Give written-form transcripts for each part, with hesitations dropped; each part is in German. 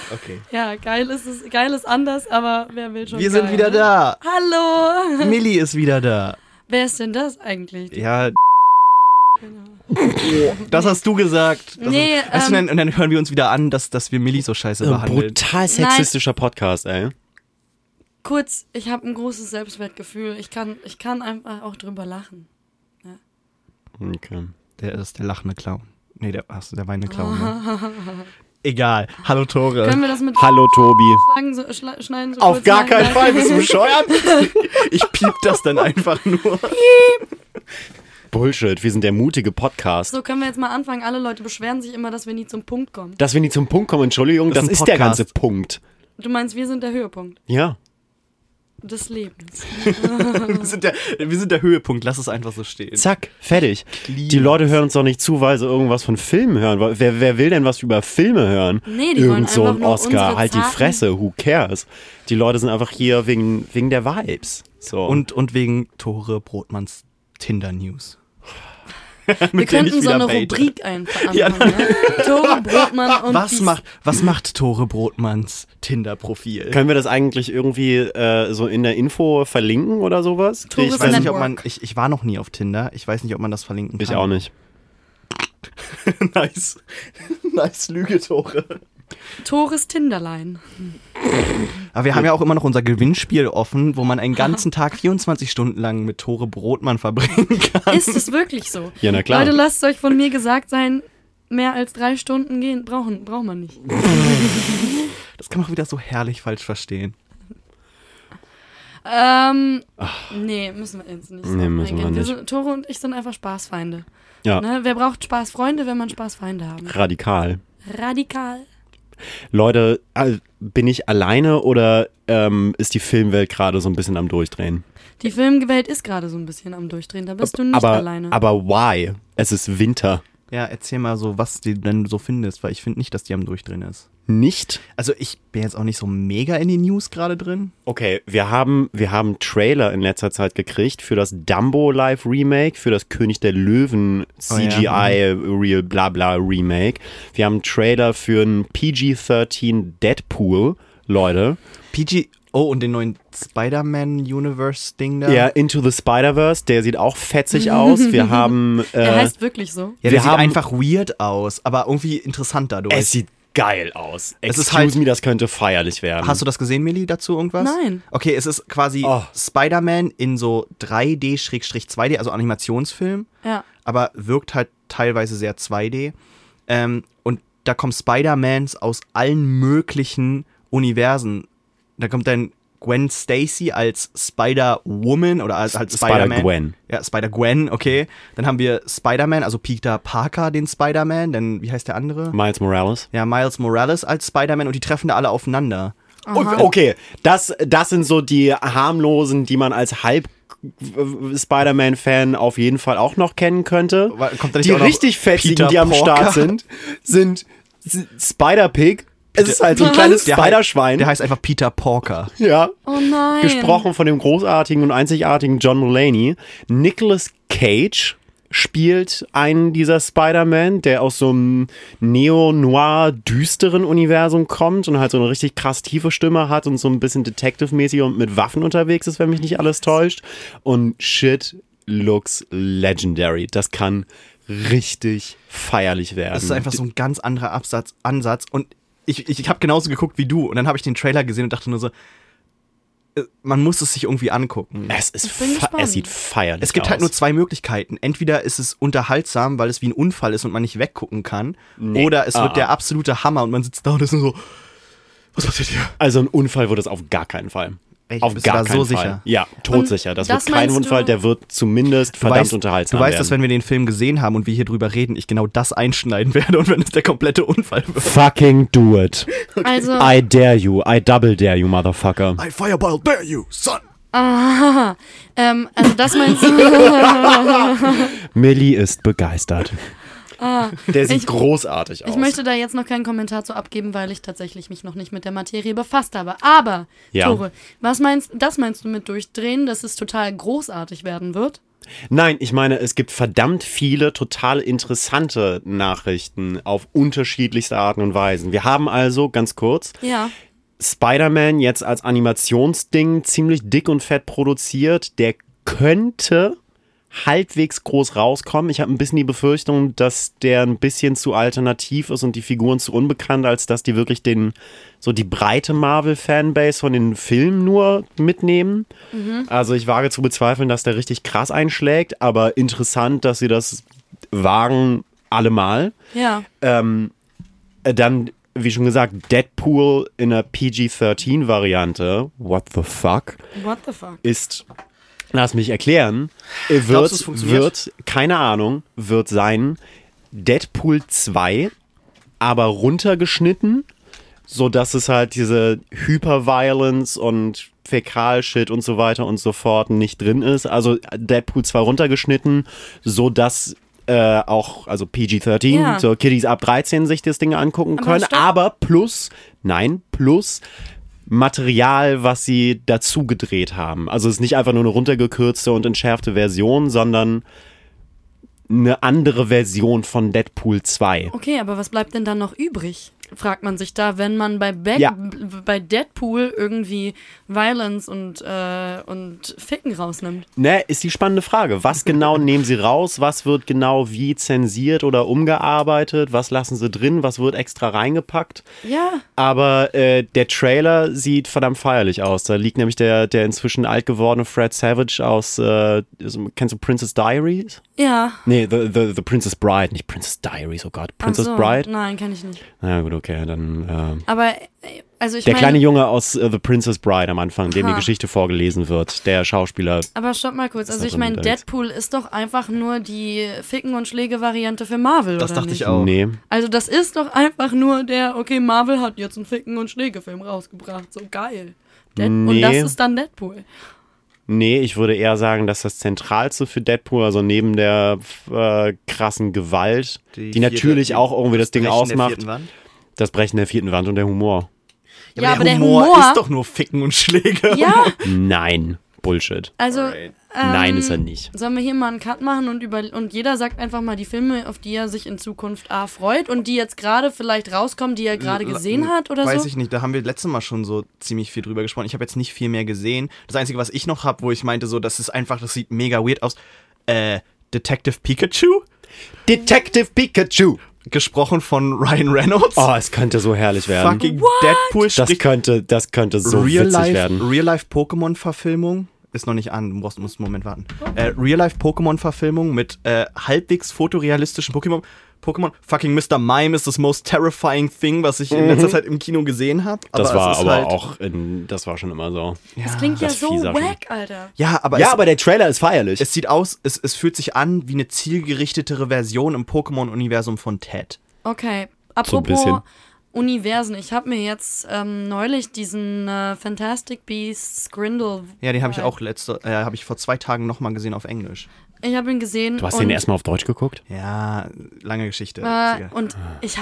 Okay. Ja, geil ist anders, aber wer will schon Wir geil, sind wieder ne? da. Hallo! Milli ist wieder da. Wer ist denn das eigentlich? Ja, Genau. das hast du gesagt. Nee, weißt du, und dann hören wir uns wieder an, dass wir Milli so scheiße behandeln. Brutal sexistischer Podcast, ey. Kurz, ich habe ein großes Selbstwertgefühl. Ich kann einfach auch drüber lachen. Okay. Der ist der lachende Clown. Nee, der weinende Clown. Ne? Egal. Hallo Tore. Können wir das mit Hallo Tobi. schneiden? So Auf kurz gar lang? keinen Fall, bist du bescheuert? Ich piep das dann einfach nur. Bullshit, wir sind der mutige Podcast. So, können wir jetzt mal anfangen. Alle Leute beschweren sich immer, dass wir nie zum Punkt kommen. Dass wir nie zum Punkt kommen, Entschuldigung, Das das ist ist ein der Podcast. ganze Punkt. Du meinst, wir sind der Höhepunkt Ja. des Lebens. Wir sind der Höhepunkt. Lass es einfach so stehen. Zack, fertig. Clean. Die Leute hören uns doch nicht zu, weil sie irgendwas von Filmen hören. Wer will denn was über Filme hören? Nee, die wollen Irgend so einfach ein nur Oscar, unsere halt die zarten- Fresse, who cares? Die Leute sind einfach hier wegen der Vibes. So. Und wegen Tore Brotmanns Tinder-News. Wir könnten so eine Rubrik einfach Ja, anfangen. Ja, Tore Brotmann und Was macht Tore Brotmanns Tinder-Profil? Können wir das eigentlich irgendwie so in der Info verlinken oder sowas? Tore Ich weiß nicht, ob Network. man. Ich war noch nie auf Tinder. Ich weiß nicht, ob man das verlinken kann. Ich auch nicht. Nice. Nice Lüge, Tore. Tores Tinderlein. Aber wir haben ja auch immer noch unser Gewinnspiel offen, wo man einen ganzen Tag 24 Stunden lang mit Tore Brotmann verbringen kann. Ist es wirklich so? Ja, na klar. Leute, lasst euch von mir gesagt sein, mehr als 3 Stunden gehen braucht man nicht. Das kann man auch wieder so herrlich falsch verstehen. Nee, müssen wir jetzt nicht. Nee, müssen wir nicht. Tore und ich sind einfach Spaßfeinde. Ja. Ne? Wer braucht Spaßfreunde, wenn man Spaßfeinde haben? Radikal. Radikal. Leute, bin ich alleine oder ist die Filmwelt gerade so ein bisschen am Durchdrehen? Die Filmwelt ist gerade so ein bisschen am Durchdrehen, da bist du nicht alleine. Aber why? Es ist Winter. Ja, erzähl mal so, was du denn so findest, weil ich finde nicht, dass die am Durchdrehen ist. Nicht? Also ich bin jetzt auch nicht so mega in die News gerade drin. Okay, wir haben Trailer in letzter Zeit gekriegt für das Dumbo Live Remake, für das König der Löwen CGI Real Blabla Remake. Wir haben einen Trailer für einen PG-13 Deadpool, Leute. Und den neuen Spider-Man-Universe-Ding da. Ja, Into the Spider-Verse, der sieht auch fetzig aus. Wir haben... Er heißt wirklich so. Ja, der wir sieht haben- einfach weird aus, aber irgendwie interessant dadurch. Es sieht geil aus. Es ist Excuse halt- me, das könnte feierlich werden. Hast du das gesehen, Milli, dazu irgendwas? Nein. Okay, es ist quasi Oh. Spider-Man in so 3D/2D, also Animationsfilm, Ja. aber wirkt halt teilweise sehr 2D. Und da kommen Spider-Mans aus allen möglichen Universen. Da kommt dann Gwen Stacy als Spider-Woman oder als Spider-Man. Spider-Gwen. Ja, Spider-Gwen, okay. Dann haben wir Spider-Man, also Peter Parker, den Spider-Man. Dann, wie heißt der andere? Miles Morales. Ja, Miles Morales als Spider-Man und die treffen da alle aufeinander. Okay, das sind so die harmlosen, die man als Spider-Man-Fan auf jeden Fall auch noch kennen könnte. Kommt da nicht Die auch noch richtig fetzigen, Peter die am Porker? Start sind Spider-Pig. Es ist halt so ein Was? kleines Der Spider-Schwein. heißt einfach Peter Porker. Ja. Oh nein. Gesprochen von dem großartigen und einzigartigen John Mulaney. Nicolas Cage spielt einen dieser Spider-Man, der aus so einem neo-noir-düsteren Universum kommt und halt so eine richtig krass tiefe Stimme hat und so ein bisschen Detective-mäßig und mit Waffen unterwegs ist, wenn mich nicht alles täuscht. Und shit looks legendary. Das kann richtig feierlich werden. Das ist einfach so ein ganz anderer Ansatz. Und ich habe genauso geguckt wie du. Und dann habe ich den Trailer gesehen und dachte nur so, man muss es sich irgendwie angucken. Es ist Ich bin gespannt. es sieht feierlich aus. Es gibt halt nur 2 Möglichkeiten. Entweder ist es unterhaltsam, weil es wie ein Unfall ist und man nicht weggucken kann. Nee. Oder es wird der absolute Hammer und man sitzt da und ist nur so, was passiert hier? Also ein Unfall wird es auf gar keinen Fall. Echt? Auf Bist du gar da keinen so Fall. sicher? Ja, todsicher. Das das wird kein meinst Unfall, du- der wird zumindest verdammt unterhaltsam Du weißt, werden. dass wenn wir den Film gesehen haben und wir hier drüber reden, ich genau das einschneiden werde und wenn es der komplette Unfall wird. Fucking do it. Also, I dare you. I double dare you, motherfucker. I fireball dare you, son! also das meinst du? Millie ist begeistert. Der sieht Ich- großartig aus. Ich möchte da jetzt noch keinen Kommentar zu abgeben, weil ich tatsächlich mich noch nicht mit der Materie befasst habe. Aber, Ja. Tore, das meinst du mit durchdrehen, dass es total großartig werden wird? Nein, ich meine, es gibt verdammt viele total interessante Nachrichten auf unterschiedlichste Arten und Weisen. Wir haben also, ganz kurz, Ja. Spider-Man jetzt als Animationsding ziemlich dick und fett produziert. Der könnte halbwegs groß rauskommen. Ich habe ein bisschen die Befürchtung, dass der ein bisschen zu alternativ ist und die Figuren zu unbekannt, als dass die wirklich die breite Marvel-Fanbase von den Filmen nur mitnehmen. Also ich wage zu bezweifeln, dass der richtig krass einschlägt, aber interessant, dass sie das wagen allemal. Ja. Dann, wie schon gesagt, Deadpool in einer PG-13-Variante, what the fuck, What the fuck? ist, lass mich erklären, Glaubst du, es funktioniert? wird sein Deadpool 2, aber runtergeschnitten, sodass es halt diese Hyper-Violence und Fäkal-Shit und so weiter und so fort nicht drin ist. Also Deadpool 2 runtergeschnitten, sodass also PG-13, Ja. so Kiddies ab 13 sich das Ding angucken Aber können, stopp. aber plus Material, was sie dazu gedreht haben. Also es ist nicht einfach nur eine runtergekürzte und entschärfte Version, sondern eine andere Version von Deadpool 2. Okay, aber was bleibt denn dann noch übrig? Fragt man sich da, wenn man bei Deadpool irgendwie Violence und Ficken rausnimmt. Ne, ist die spannende Frage. Was genau nehmen sie raus? Was wird genau wie zensiert oder umgearbeitet? Was lassen sie drin? Was wird extra reingepackt? Ja. Aber der Trailer sieht verdammt feierlich aus. Da liegt nämlich der inzwischen alt gewordene Fred Savage aus, kennst du Princess Diaries? Ja. Nee, The Princess Bride, nicht Princess Diaries, oh Gott. Princess Ach so. Bride? Nein, kenn ich nicht. Na gut, okay, dann Aber, also ich der meine... kleine Junge aus The Princess Bride am Anfang, dem die Aha. Geschichte vorgelesen wird, der Schauspieler. Aber stopp mal kurz. Also da ich drin meine, unterwegs. Deadpool ist doch einfach nur die Ficken- und Schläge-Variante für Marvel, Das oder dachte nicht? ich auch. Nee. Also das ist doch einfach nur okay, Marvel hat jetzt einen Ficken- und Schläge-Film rausgebracht. So geil. Und Nee. das ist dann Deadpool. Nee, ich würde eher sagen, dass das Zentralste für Deadpool, also neben der krassen Gewalt, die natürlich auch irgendwie das Ding Brechen der ausmacht, vierten Wand. das Brechen der vierten Wand und der Humor. Ja, aber der der Humor Humor- ist doch nur Ficken und Schläge. Ja, Nein, Bullshit. also... Alright. Nein, ist er nicht. Sollen wir hier mal einen Cut machen und jeder sagt einfach mal die Filme, auf die er sich in Zukunft freut und die jetzt gerade vielleicht rauskommen, die er gerade gesehen hat oder Weiß so? ich nicht, da haben wir letztes Mal schon so ziemlich viel drüber gesprochen. Ich habe jetzt nicht viel mehr gesehen. Das Einzige, was ich noch habe, wo ich meinte, so, das sieht mega weird aus. Detective Pikachu, Detective Pikachu. gesprochen von Ryan Reynolds. Oh, es könnte so herrlich werden. Fucking What? Deadpool Das könnte so witzig werden. Real-Life-Pokémon-Verfilmung. Ist noch nicht an, du musst einen Moment warten. Real-Life-Pokémon-Verfilmung mit halbwegs fotorealistischen Pokémon. Fucking Mr. Mime ist das most terrifying thing, was ich in letzter Zeit im Kino gesehen habe. Das war es ist aber halt, auch, das war schon immer so. Das klingt ja das so fieser wack, Alter. Ja, aber Ja, aber der Trailer ist feierlich. es sieht aus, es fühlt sich an wie eine zielgerichtetere Version im Pokémon-Universum von Ted. Okay, So ein bisschen. apropos Universen. Ich habe mir jetzt neulich diesen Fantastic Beasts Grindel... Ja, den habe ich auch habe ich vor 2 Tagen nochmal gesehen auf Englisch. Ich habe ihn gesehen Du hast und, den erstmal auf Deutsch geguckt? Ja, lange Geschichte. und ich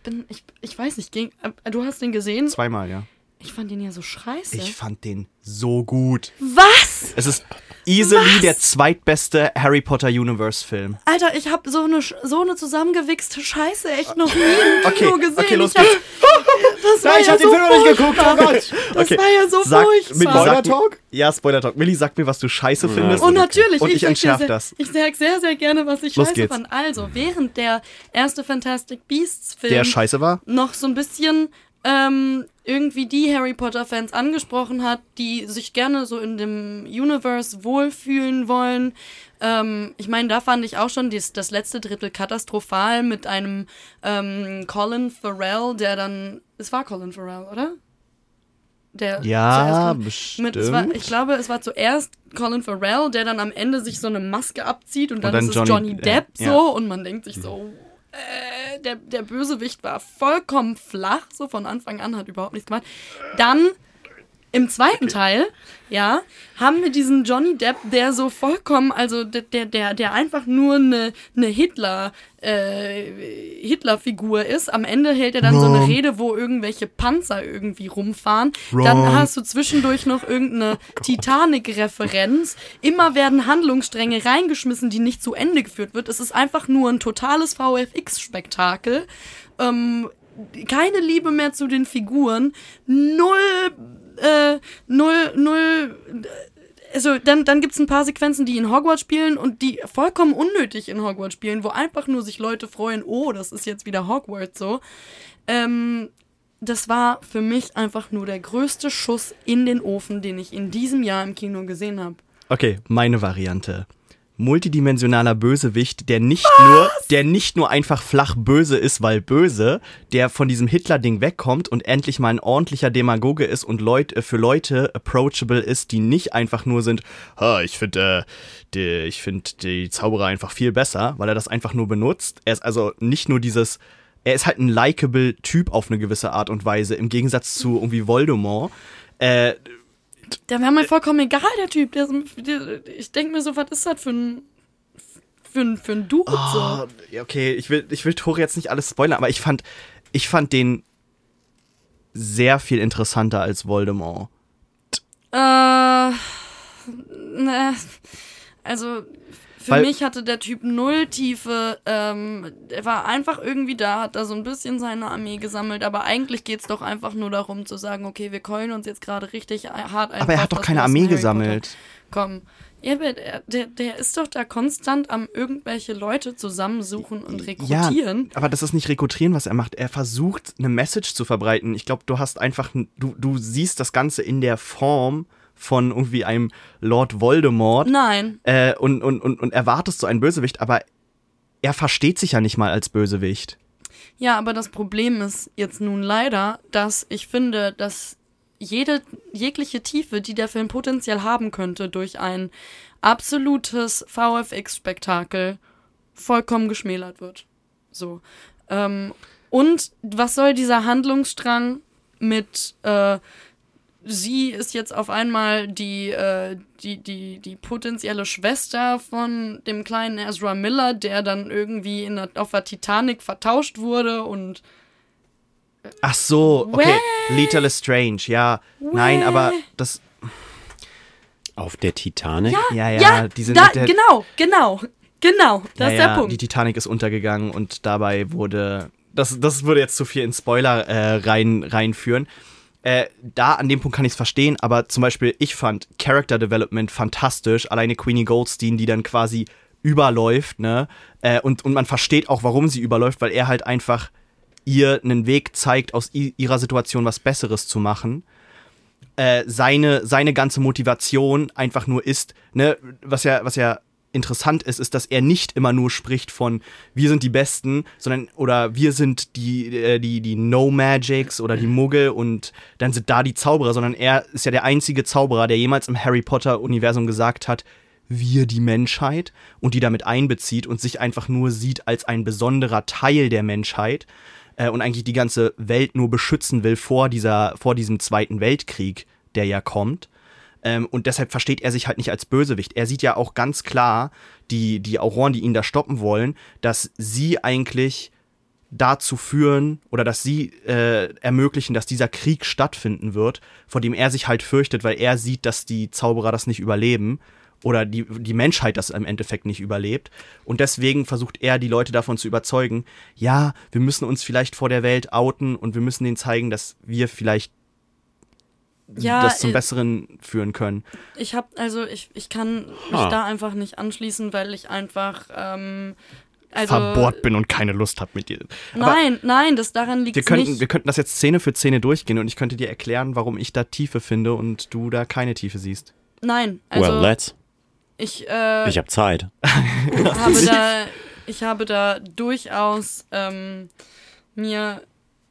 weiß nicht, du hast den gesehen? 2-mal, ja. Ich fand den ja so scheiße. Ich fand den so gut. Was? Es ist easily Was? der zweitbeste Harry Potter Universe-Film. Alter, ich habe so eine zusammengewichste Scheiße echt noch nie im Kino gesehen. Okay, los Ich hab- geht's. Das war ich ja hab den so Film noch nicht geguckt, oh Gott. Das war ja so Millie, furchtbar. sag mir- Ja, Spoiler-Talk. Millie, sag mir, was du scheiße findest. Und natürlich, Und ich sag entschärf sehr- das. Ich sag sehr, sehr gerne, was ich Los scheiße geht's. fand. Also, während der erste Fantastic Beasts-Film Der scheiße war? noch so ein bisschen irgendwie die Harry Potter-Fans angesprochen hat, die sich gerne so in dem Universe wohlfühlen wollen. Ich meine, da fand ich auch schon das letzte Drittel katastrophal mit einem Colin Farrell, der dann... Es war Colin Farrell, oder? Der Ja, zuerst bestimmt. ich glaube, es war zuerst Colin Farrell, der dann am Ende sich so eine Maske abzieht und dann dann ist es Johnny Johnny Depp ja. so und man denkt sich so, der Bösewicht war vollkommen flach, so von Anfang an, hat überhaupt nichts gemacht. Dann Im zweiten Teil, ja, haben wir diesen Johnny Depp, der so vollkommen, also der einfach nur eine Hitler-Figur ist. Am Ende hält er dann so eine Rede, wo irgendwelche Panzer irgendwie rumfahren. Dann hast du zwischendurch noch irgendeine Titanic-Referenz. Immer werden Handlungsstränge reingeschmissen, die nicht zu Ende geführt wird. Es ist einfach nur ein totales VFX-Spektakel. Keine Liebe mehr zu den Figuren. Null. Also dann gibt es ein paar Sequenzen, die in Hogwarts spielen und die vollkommen unnötig in Hogwarts spielen, wo einfach nur sich Leute freuen, oh, das ist jetzt wieder Hogwarts so. Das war für mich einfach nur der größte Schuss in den Ofen, den ich in diesem Jahr im Kino gesehen habe. Okay, meine Variante. Multidimensionaler Bösewicht, der nicht nur einfach flach böse ist, weil böse, der von diesem Hitler-Ding wegkommt und endlich mal ein ordentlicher Demagoge ist und für Leute approachable ist, die nicht einfach nur sind, ich finde die Zauberer einfach viel besser, weil er das einfach nur benutzt. Er ist also nicht nur er ist halt ein likable Typ auf eine gewisse Art und Weise, im Gegensatz zu irgendwie Voldemort. Der wäre mir vollkommen egal, der Typ. Ich denke mir so, was ist das für ein Dude? So? Okay, ich will Tore jetzt nicht alles spoilern, aber ich fand den sehr viel interessanter als Voldemort. Also, für mich hatte der Typ null Tiefe. Er war einfach irgendwie da, hat da so ein bisschen seine Armee gesammelt, aber eigentlich geht's doch einfach nur darum zu sagen, okay, wir keulen uns jetzt gerade richtig hart einfach. Aber er hat doch keine Armee gesammelt. Komm. Ja, aber der ist doch da konstant am irgendwelche Leute zusammensuchen und rekrutieren. Ja, aber das ist nicht rekrutieren, was er macht. Er versucht, eine Message zu verbreiten. Ich glaube, du siehst das Ganze in der Form von irgendwie einem Lord Voldemort. Nein. Und erwartest so einen Bösewicht, aber er versteht sich ja nicht mal als Bösewicht. Ja, aber das Problem ist jetzt nun leider, dass ich finde, dass jegliche Tiefe, die der Film potenziell haben könnte, durch ein absolutes VFX-Spektakel vollkommen geschmälert wird. So. Und was soll dieser Handlungsstrang mit sie ist jetzt auf einmal die potenzielle Schwester von dem kleinen Ezra Miller, der dann irgendwie auf der Titanic vertauscht wurde und Ach so, okay. Lethal Strange, ja. Nein, aber das... Auf der Titanic? Ja, die sind genau. Das ist der Punkt. Die Titanic ist untergegangen und dabei wurde... Das würde jetzt zu viel in Spoiler reinführen. Da an dem Punkt kann ich es verstehen, aber zum Beispiel, ich fand Character Development fantastisch. Alleine Queenie Goldstein, die dann quasi überläuft, ne? Und man versteht auch, warum sie überläuft, weil er halt einfach ihr einen Weg zeigt, aus ihrer Situation was Besseres zu machen. Seine ganze Motivation einfach nur ist, ne, was ja interessant ist, dass er nicht immer nur spricht von wir sind die Besten, sondern oder wir sind die No-Magics oder die Muggel und dann sind da die Zauberer, sondern er ist ja der einzige Zauberer, der jemals im Harry Potter-Universum gesagt hat, wir die Menschheit und die damit einbezieht und sich einfach nur sieht als ein besonderer Teil der Menschheit und eigentlich die ganze Welt nur beschützen will vor diesem Zweiten Weltkrieg, der ja kommt. Und deshalb versteht er sich halt nicht als Bösewicht. Er sieht ja auch ganz klar, die Auroren, die ihn da stoppen wollen, dass sie eigentlich dazu führen oder dass sie ermöglichen, dass dieser Krieg stattfinden wird, vor dem er sich halt fürchtet, weil er sieht, dass die Zauberer das nicht überleben oder die Menschheit das im Endeffekt nicht überlebt. Und deswegen versucht er, die Leute davon zu überzeugen, ja, wir müssen uns vielleicht vor der Welt outen und wir müssen denen zeigen, dass wir vielleicht das zum Besseren führen können. Ich kann mich da einfach nicht anschließen, weil ich einfach verbohrt bin und keine Lust habe mit dir. Nein, das daran liegt nicht. Wir könnten das jetzt Szene für Szene durchgehen und ich könnte dir erklären, warum ich da Tiefe finde und du da keine Tiefe siehst. Nein, also ich habe Zeit. Ich habe da durchaus mir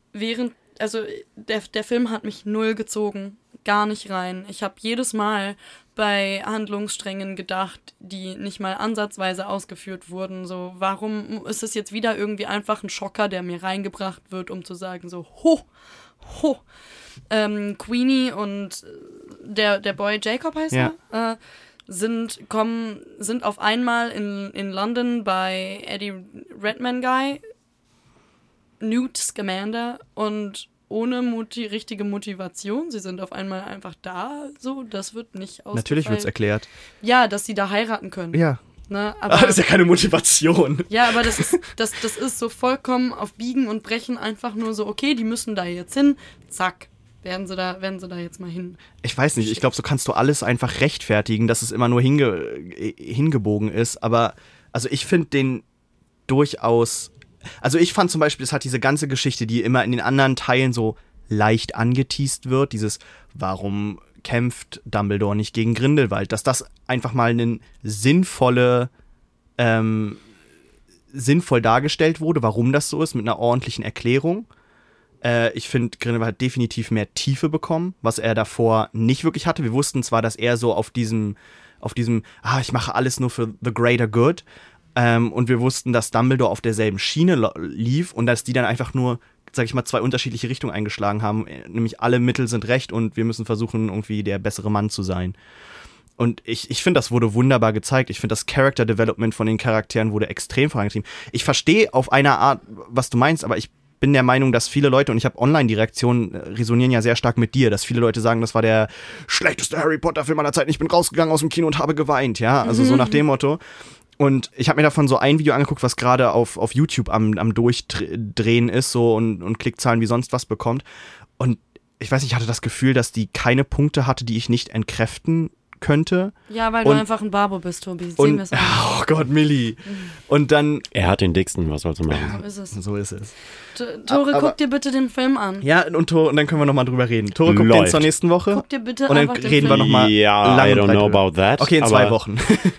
der Film hat mich null gezogen, gar nicht rein. Ich habe jedes Mal bei Handlungssträngen gedacht, die nicht mal ansatzweise ausgeführt wurden, so, warum ist es jetzt wieder irgendwie einfach ein Schocker, der mir reingebracht wird, um zu sagen, so, Queenie und der Boy Jacob heißt er, sind auf einmal in London bei Eddie Redmayne Newt Scamander und ohne richtige Motivation. Sie sind auf einmal einfach da, so, das wird nicht ausgefeilt. Natürlich wird es erklärt. Ja, dass sie da heiraten können. Ja. Ne, aber das ist ja keine Motivation. Ja, aber das ist so vollkommen auf Biegen und Brechen einfach nur so, okay, die müssen da jetzt hin, zack, werden sie da jetzt mal hin. Ich weiß nicht, ich glaube, so kannst du alles einfach rechtfertigen, dass es immer nur hingebogen ist, aber also ich finde den durchaus, also ich fand zum Beispiel, es hat diese ganze Geschichte, die immer in den anderen Teilen so leicht angeteast wird, dieses, warum kämpft Dumbledore nicht gegen Grindelwald, dass das einfach mal sinnvoll dargestellt wurde, warum das so ist, mit einer ordentlichen Erklärung. Ich finde, Grindelwald hat definitiv mehr Tiefe bekommen, was er davor nicht wirklich hatte. Wir wussten zwar, dass er so auf diesem, ich mache alles nur für the greater good, und wir wussten, dass Dumbledore auf derselben Schiene lief und dass die dann einfach nur, sag ich mal, zwei unterschiedliche Richtungen eingeschlagen haben, nämlich alle Mittel sind recht und wir müssen versuchen, irgendwie der bessere Mann zu sein. Und ich finde, das wurde wunderbar gezeigt. Ich finde, das Character Development von den Charakteren wurde extrem vorangetrieben. Ich verstehe auf eine Art, was du meinst, aber ich bin der Meinung, dass viele Leute, und ich habe online die Reaktionen, resonieren ja sehr stark mit dir, dass viele Leute sagen, das war der schlechteste Harry Potter-Film aller Zeiten, ich bin rausgegangen aus dem Kino und habe geweint, ja, also so nach dem Motto. Und ich habe mir davon so ein Video angeguckt, was gerade auf YouTube am Durchdrehen ist so und Klickzahlen wie sonst was bekommt. Und ich weiß nicht, ich hatte das Gefühl, dass die keine Punkte hatte, die ich nicht entkräften könnte. Ja, weil du einfach ein Barbo bist, Tobi. Sehen wir es an. Oh Gott, Milli. Und dann... Er hat den dicksten, was sollst du machen? So ist es. Tore, guck dir bitte den Film an. Ja, und dann können wir nochmal drüber reden. Tore, guck den zur nächsten Woche. Guck dir bitte und dann einfach den reden Film. wir nochmal I don't know about that. Okay, in 2 Wochen.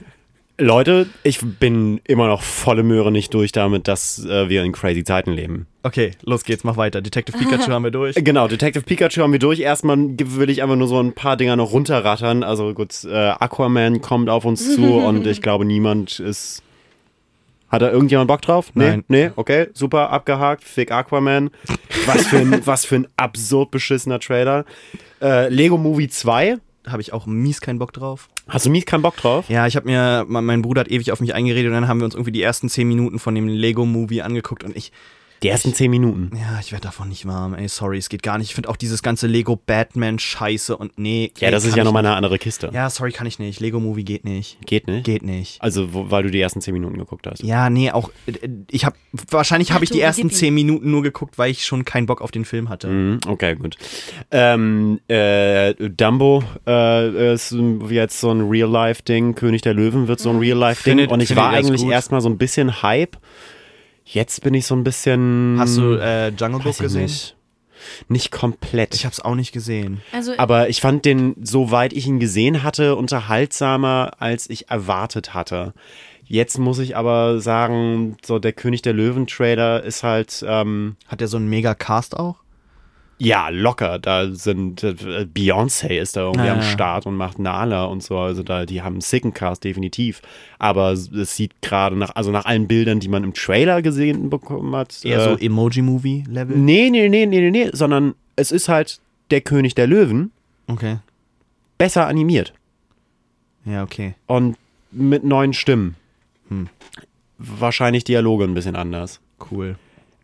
Leute, ich bin immer noch volle Möhre nicht durch damit, dass wir in crazy Zeiten leben. Okay, los geht's, mach weiter. Detective Pikachu haben wir durch. Genau, Detective Pikachu haben wir durch. Erstmal will ich einfach nur so ein paar Dinger noch runterrattern. Also gut, Aquaman kommt auf uns zu und ich glaube, niemand ist... Hat da irgendjemand Bock drauf? Nein. Nee? Okay, super, abgehakt. Fick Aquaman. Was für ein absurd beschissener Trailer. Lego Movie 2. Habe ich auch mies keinen Bock drauf. Hast du mies keinen Bock drauf? Ja, mein Bruder hat ewig auf mich eingeredet und dann haben wir uns irgendwie die ersten 10 Minuten von dem Lego-Movie angeguckt und Die ersten 10 Minuten. Ja, ich werde davon nicht warm, ey, sorry, es geht gar nicht. Ich finde auch dieses ganze Lego-Batman-Scheiße und nee. Ja, das ist ja nochmal eine andere Kiste. Ja, sorry, kann ich nicht. Lego-Movie geht nicht. Geht nicht? Geht nicht. Also, weil du die ersten 10 Minuten geguckt hast? Ja, nee, auch, wahrscheinlich habe ich die ersten 10 Minuten nur geguckt, weil ich schon keinen Bock auf den Film hatte. Okay, gut. Dumbo ist jetzt so ein Real-Life-Ding. König der Löwen wird so ein Real-Life-Ding. Und ich war eigentlich erstmal so ein bisschen Hype. Jetzt bin ich so ein bisschen... Hast du Jungle Book gesehen? Nicht komplett. Ich hab's auch nicht gesehen. Aber ich fand den, soweit ich ihn gesehen hatte, unterhaltsamer, als ich erwartet hatte. Jetzt muss ich aber sagen, so der König der Löwen-Trailer ist halt... Hat der so einen Mega-Cast auch? Ja, locker. Da sind Beyoncé ist da irgendwie am Start und macht Nala und so. Also die haben einen sicken Cast, definitiv. Aber es sieht gerade nach allen Bildern, die man im Trailer gesehen bekommen hat. Eher so Emoji-Movie-Level? Nee. Sondern es ist halt der König der Löwen. Okay. Besser animiert. Ja, okay. Und mit neuen Stimmen. Wahrscheinlich Dialoge ein bisschen anders. Cool.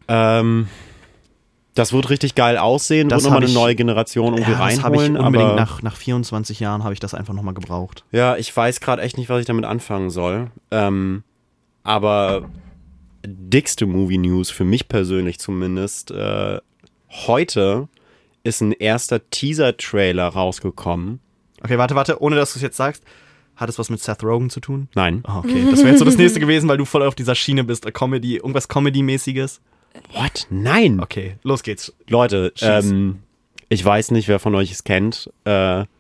Das wird richtig geil aussehen, wird nochmal eine neue Generation irgendwie reinholen. Das habe ich unbedingt nach 24 Jahren habe ich das einfach nochmal gebraucht. Ja, ich weiß gerade echt nicht, was ich damit anfangen soll. Aber dickste Movie-News, für mich persönlich zumindest, heute ist ein erster Teaser-Trailer rausgekommen. Okay, warte, ohne dass du es jetzt sagst. Hat es was mit Seth Rogen zu tun? Nein. Oh, okay, das wäre jetzt so das nächste gewesen, weil du voll auf dieser Schiene bist. Irgendwas Comedy-mäßiges. What? Nein. Okay, los geht's. Leute, ich weiß nicht, wer von euch es kennt. Habt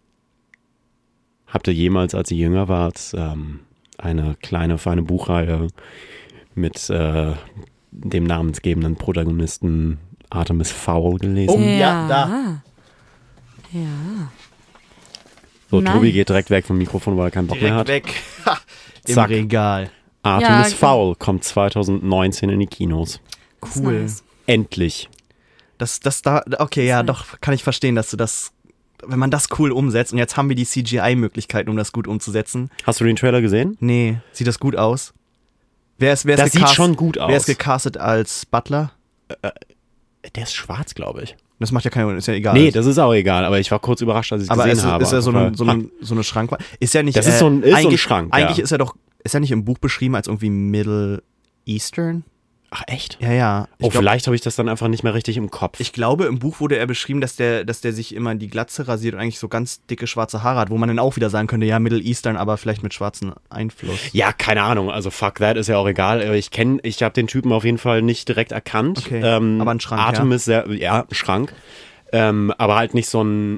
ihr jemals, als ihr jünger wart, eine kleine, feine Buchreihe mit dem namensgebenden Protagonisten Artemis Fowl gelesen? Oh, ja, da. Ja. So, Nein. Tobi geht direkt weg vom Mikrofon, weil er keinen Bock mehr hat. Direkt weg. Im Zack. Regal. Artemis Ja, Fowl kommt 2019 in die Kinos. Cool. Nice. Endlich. Okay, ja, doch, kann ich verstehen, dass du das, wenn man das cool umsetzt und jetzt haben wir die CGI-Möglichkeiten, um das gut umzusetzen. Hast du den Trailer gesehen? Nee, sieht das gut aus? Das sieht schon gut aus. Wer ist gecastet als Butler? Der ist schwarz, glaube ich. Das macht ja keinen, ist ja egal. Nee, das ist auch egal, aber ich war kurz überrascht, als ich es gesehen habe. Aber ist ja so eine Schrankwand? Ist ja nicht... Das ist so ein Schrank, Eigentlich ist er nicht im Buch beschrieben als irgendwie Middle Eastern? Ach, echt? Ja. Vielleicht habe ich das dann einfach nicht mehr richtig im Kopf. Ich glaube, im Buch wurde er beschrieben, dass der sich immer die Glatze rasiert und eigentlich so ganz dicke schwarze Haare hat, wo man dann auch wieder sagen könnte, ja, Middle Eastern, aber vielleicht mit schwarzem Einfluss. Ja, keine Ahnung, also fuck that, ist ja auch egal. Ich habe den Typen auf jeden Fall nicht direkt erkannt. Okay, aber ein Schrank, Artemis, ein Schrank. Aber halt nicht so ein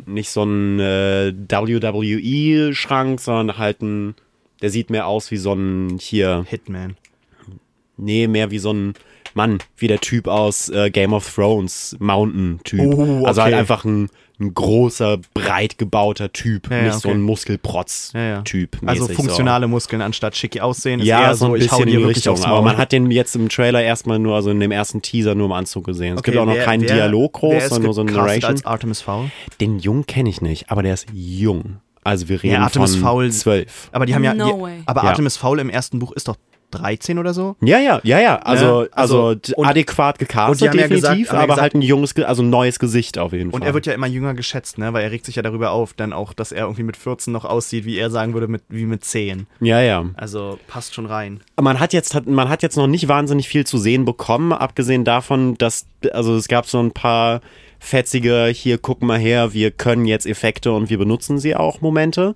WWE-Schrank, sondern halt der sieht mehr aus wie so ein Hitman. Nee, mehr wie so ein Mann, wie der Typ aus Game of Thrones, Mountain-Typ. Oh, okay. Also halt einfach ein großer, breit gebauter Typ, nicht so ein Muskelprotz-Typ. Also funktionale Muskeln anstatt schicki aussehen. Ist eher so ein bisschen in die Richtung. Aber man hat den jetzt im Trailer erstmal nur, also in dem ersten Teaser nur im Anzug gesehen. Es gibt auch noch keinen Dialog groß, sondern nur so ein Narration. Als Artemis Fowl? Den Jungen kenne ich nicht, aber der ist jung. Also wir reden Artemis von Fowl, 12. Aber die haben aber Artemis Fowl im ersten Buch ist doch 13 oder so? Ja. Also adäquat gecastet, definitiv, aber halt ein neues Gesicht auf jeden Fall. Und er wird ja immer jünger geschätzt, ne? Weil er regt sich ja darüber auf, dann auch, dass er irgendwie mit 14 noch aussieht, wie er sagen würde, wie mit 10. Ja. Also passt schon rein. Man hat jetzt noch nicht wahnsinnig viel zu sehen bekommen, abgesehen davon, dass, also es gab so ein paar fetzige, hier, guck mal her, wir können jetzt Effekte und wir benutzen sie auch, Momente.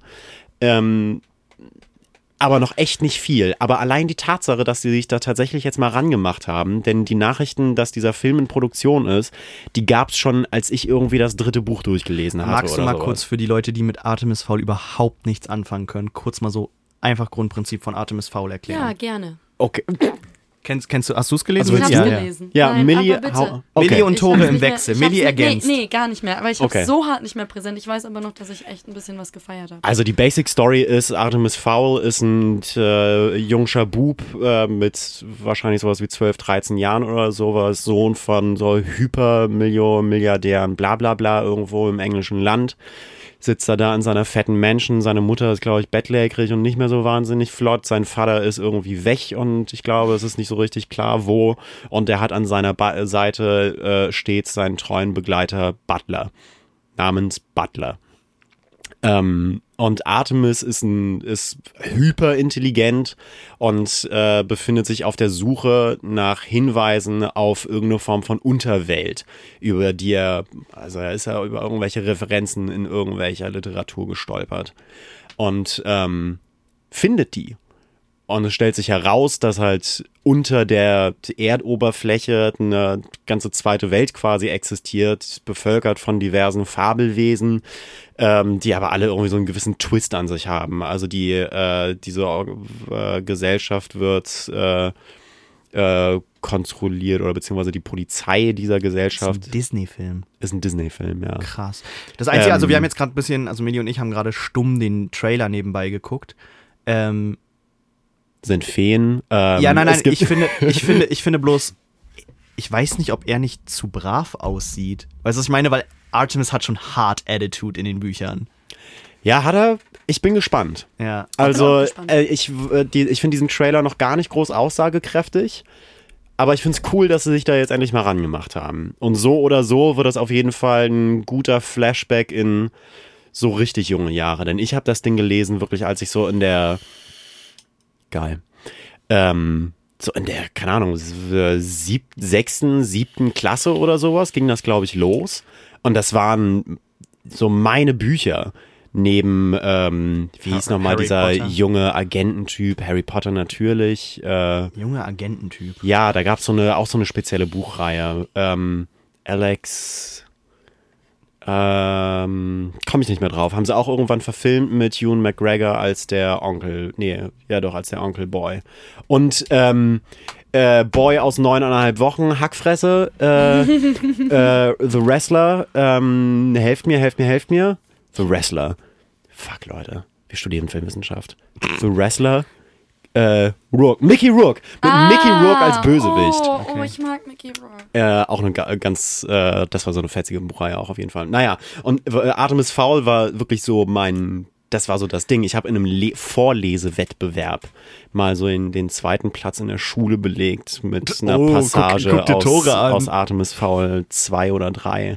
Aber noch echt nicht viel. Aber allein die Tatsache, dass sie sich da tatsächlich jetzt mal rangemacht haben, denn die Nachrichten, dass dieser Film in Produktion ist, die gab es schon, als ich irgendwie das 3. Buch durchgelesen habe. Magst du mal kurz für die Leute, die mit Artemis Fowl überhaupt nichts anfangen können, kurz mal so einfach Grundprinzip von Artemis Fowl erklären? Ja, gerne. Okay. Kennst du, hast du es gelesen? Ich hab's gelesen. Ja, Nein, Millie, aber bitte. Millie und Tore im Wechsel. Millie ergänzt. Nee, gar nicht mehr. Aber ich hab's so hart nicht mehr präsent. Ich weiß aber noch, dass ich echt ein bisschen was gefeiert habe. Also die Basic Story ist, Artemis Fowl ist ein jungscher Bub mit wahrscheinlich sowas wie 12, 13 Jahren oder sowas. Sohn von so Hypermilliardären, bla bla bla, irgendwo im englischen Land. Sitzt er da in seiner fetten Mansion. Seine Mutter ist, glaube ich, bettlägerig und nicht mehr so wahnsinnig flott. Sein Vater ist irgendwie weg und ich glaube, es ist nicht so richtig klar, wo. Und er hat an seiner Seite stets seinen treuen Begleiter Butler, namens Butler. Und Artemis ist hyperintelligent und befindet sich auf der Suche nach Hinweisen auf irgendeine Form von Unterwelt, über die er ist ja über irgendwelche Referenzen in irgendwelcher Literatur gestolpert und findet die. Und es stellt sich heraus, dass halt unter der Erdoberfläche eine ganze zweite Welt quasi existiert, bevölkert von diversen Fabelwesen, die aber alle irgendwie so einen gewissen Twist an sich haben. Also diese Gesellschaft wird kontrolliert oder beziehungsweise die Polizei dieser Gesellschaft. Das ist ein Disney-Film. Ist ein Disney-Film, ja. Krass. Das Einzige, also wir haben jetzt gerade ein bisschen, also Millie und ich haben gerade stumm den Trailer nebenbei geguckt. Sind Feen. Ja, nein, ich finde bloß, ich weiß nicht, ob er nicht zu brav aussieht. Weißt du, was ich meine? Weil Artemis hat schon hart Attitude in den Büchern. Ja, hat er. Ich bin gespannt. Ja. Also, ich finde diesen Trailer noch gar nicht groß aussagekräftig. Aber ich finde es cool, dass sie sich da jetzt endlich mal rangemacht haben. Und so oder so wird das auf jeden Fall ein guter Flashback in so richtig junge Jahre. Denn ich habe das Ding gelesen, wirklich, als ich so in der so in der, keine Ahnung, 6., 7. Klasse oder sowas ging das, glaube ich, los. Und das waren so meine Bücher neben, wie hieß nochmal dieser junge Agententyp, Harry Potter natürlich. Junge Agententyp? Ja, da gab es auch so eine spezielle Buchreihe. Alex... komme ich nicht mehr drauf. Haben sie auch irgendwann verfilmt mit Ewan McGregor als der Onkel. Als der Onkel Boy. Und Boy aus 9,5 Wochen, Hackfresse, The Wrestler, helft mir. The Wrestler. Fuck, Leute. Wir studieren Filmwissenschaft. The Wrestler, Rourke. Mickey Rourke. Mit Mickey Rourke als Bösewicht. Oh, ich mag Mickey Rourke. Auch eine ganz, das war so eine fetzige Buchreihe auch auf jeden Fall. Naja, und Artemis Fowl war wirklich so das war so das Ding. Ich habe in einem Vorlesewettbewerb mal so den zweiten Platz in der Schule belegt mit einer Passage aus Artemis Fowl 2 oder 3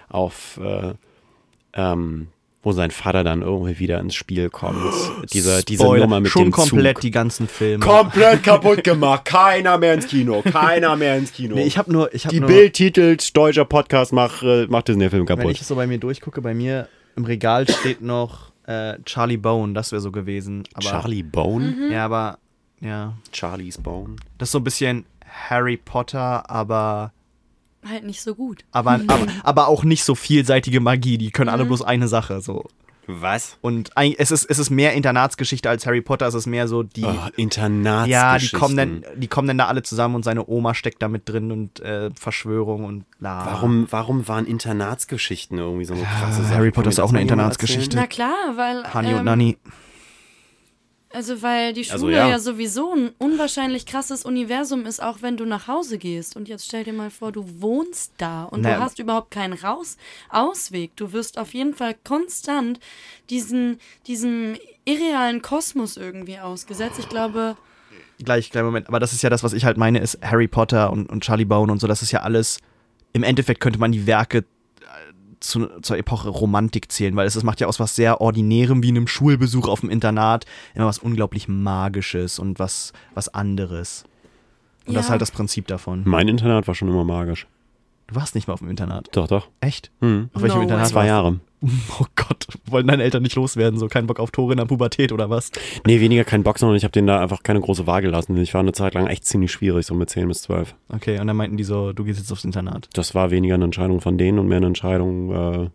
wo sein Vater dann irgendwie wieder ins Spiel kommt. Diese Nummer mit schon dem komplett Zug. die ganzen Filme. Komplett kaputt gemacht. Keiner mehr ins Kino. Nee, ich hab nur Bild titelt, deutscher Podcast macht Disney-Film kaputt. Wenn ich so bei mir durchgucke, bei mir im Regal steht noch Charlie Bone, das wäre so gewesen. Aber, Charlie Bone? Ja, aber, ja. Charlie's Bone. Das ist so ein bisschen Harry Potter, aber halt nicht so gut. aber auch nicht so vielseitige Magie. Die können alle bloß eine Sache, so. Was? Und es ist mehr Internatsgeschichte als Harry Potter. Es ist mehr so die. Internatsgeschichte. Ja, die kommen dann da alle zusammen und seine Oma steckt da mit drin und Verschwörung und bla. Warum waren Internatsgeschichten irgendwie so eine krasse Sache? Harry Potter ist auch eine Internatsgeschichte. Na klar, weil. Hani und Nanny. Also, weil die Schule ja sowieso ein unwahrscheinlich krasses Universum ist, auch wenn du nach Hause gehst. Und jetzt stell dir mal vor, du wohnst da und du hast überhaupt keinen Ausweg. Du wirst auf jeden Fall konstant diesem irrealen Kosmos irgendwie ausgesetzt. Ich glaube... Gleich, Moment. Aber das ist ja das, was ich halt meine, ist Harry Potter und Charlie Bone und so. Das ist ja alles... Im Endeffekt könnte man die Werke zur Epoche Romantik zählen, weil es macht ja aus was sehr Ordinärem wie einem Schulbesuch auf dem Internat immer was unglaublich Magisches und was anderes. Und das ist halt das Prinzip davon. Mein Internat war schon immer magisch. Du warst nicht mal auf dem Internat? Doch. Echt? Auf welchem Internat? 2 Jahre. Oh Gott, wollen deine Eltern nicht loswerden? So kein Bock auf Tore in der Pubertät oder was? Nee, weniger kein Bock, sondern ich habe denen da einfach keine große Wahl gelassen. Ich war eine Zeit lang echt ziemlich schwierig, so mit 10 bis 12. Okay, und dann meinten die so, du gehst jetzt aufs Internat. Das war weniger eine Entscheidung von denen und mehr eine Entscheidung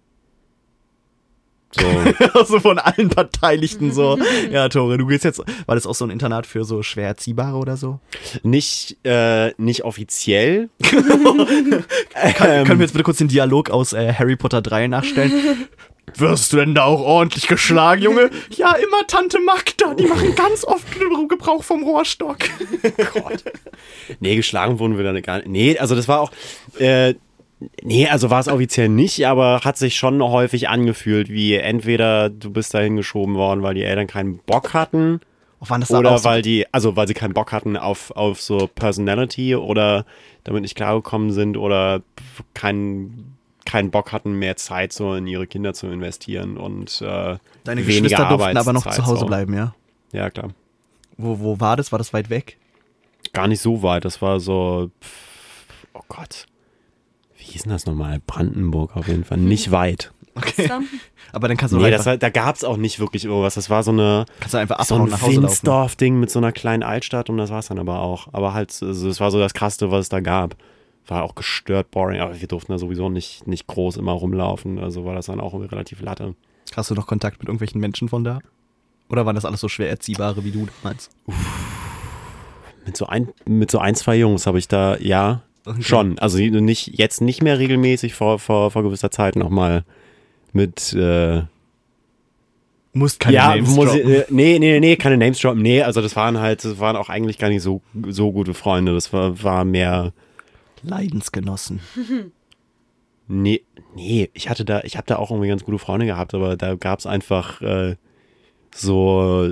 so von allen Beteiligten so. Ja, Tore, du gehst jetzt. War das auch so ein Internat für so schwer Erziehbare oder so? Nicht offiziell. Können wir jetzt bitte kurz den Dialog aus Harry Potter 3 nachstellen? Wirst du denn da auch ordentlich geschlagen, Junge? Ja, immer Tante Magda. Die machen ganz oft Gebrauch vom Rohrstock. Gott. Nee, geschlagen wurden wir dann gar nicht. Nee, also das war auch... also war es offiziell nicht, aber hat sich schon häufig angefühlt, wie entweder du bist dahin geschoben worden, weil die Eltern keinen Bock hatten, oder weil sie keinen Bock hatten auf so Personality oder damit nicht klargekommen sind oder keinen Bock hatten, mehr Zeit so in ihre Kinder zu investieren und deine weniger Geschwister durften aber noch Arbeitszeit zu Hause so. bleiben, ja? Ja, klar. Wo war das? War das weit weg? Gar nicht so weit, das war so, oh Gott. Wie hieß denn das nochmal? Brandenburg auf jeden Fall. Nicht weit. Okay. Aber dann kannst du da gab es auch nicht wirklich irgendwas. Das war so kannst du einfach so abhauen, ein nach Hause laufen. Windsdorf-Ding mit so einer kleinen Altstadt und das war es dann aber auch. Aber halt, also das war so das Krasseste, was es da gab. War auch gestört boring, aber wir durften da sowieso nicht groß immer rumlaufen. Also war das dann auch relativ Latte. Hast du noch Kontakt mit irgendwelchen Menschen von da? Oder waren das alles so schwer Erziehbare wie du damals? Mit so ein, zwei Jungs habe ich da, ja. Okay. Schon, also jetzt nicht mehr regelmäßig, vor gewisser Zeit nochmal mit musst keine Names droppen. Nee, keine Names droppen. Nee, also das waren auch eigentlich gar nicht so gute Freunde. Das war mehr Leidensgenossen. Nee, ich habe da auch irgendwie ganz gute Freunde gehabt, aber da gab es einfach so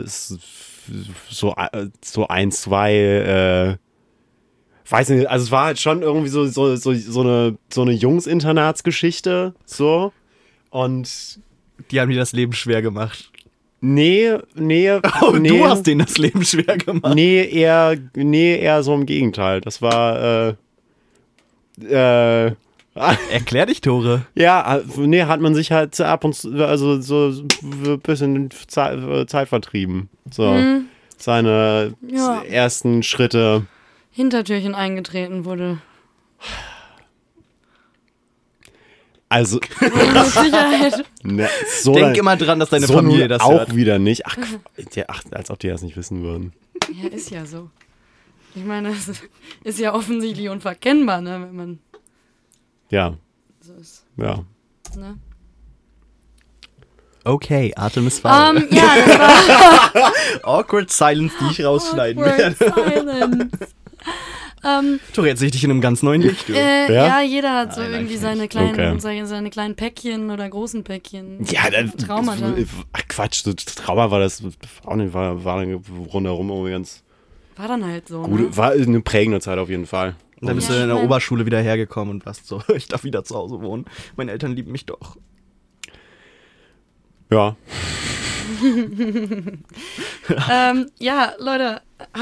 ein, zwei weiß nicht, also es war halt schon irgendwie so eine Jungs-Internatsgeschichte, so. Und die haben dir das Leben schwer gemacht. Nee. Du hast denen das Leben schwer gemacht. Nee, eher so im Gegenteil. Das war, Erklär dich, Tore. Ja, nee, hat man sich halt ab und zu, also so ein bisschen Zeit vertrieben. So, seine ersten Schritte. Hintertürchen eingetreten wurde. Also, mit Sicherheit. Ne, denk immer dran, dass deine Familie das auch hört. Wieder nicht. Ach, als ob die das nicht wissen würden. Ja, ist ja so. Ich meine, das ist ja offensichtlich unverkennbar, ne, wenn man ja so ist. Ja. Ne? Okay, Atem ist faul. Ja, das war Awkward Silence, die ich rausschneiden Awkward werde. Silence. Tori, jetzt sehe ich dich in einem ganz neuen Licht. Du. Ja, jeder hat so Nein, irgendwie eigentlich seine kleinen Päckchen oder großen Päckchen. Ja, Traumata. Ach Quatsch, so Trauma war das auch nicht, war rundherum irgendwie ganz War dann halt so. gut. Ne? War eine prägende Zeit auf jeden Fall. Und dann bist du in der Oberschule wieder hergekommen und warst so, ich darf wieder zu Hause wohnen. Meine Eltern lieben mich doch. Ja. Ja, Leute,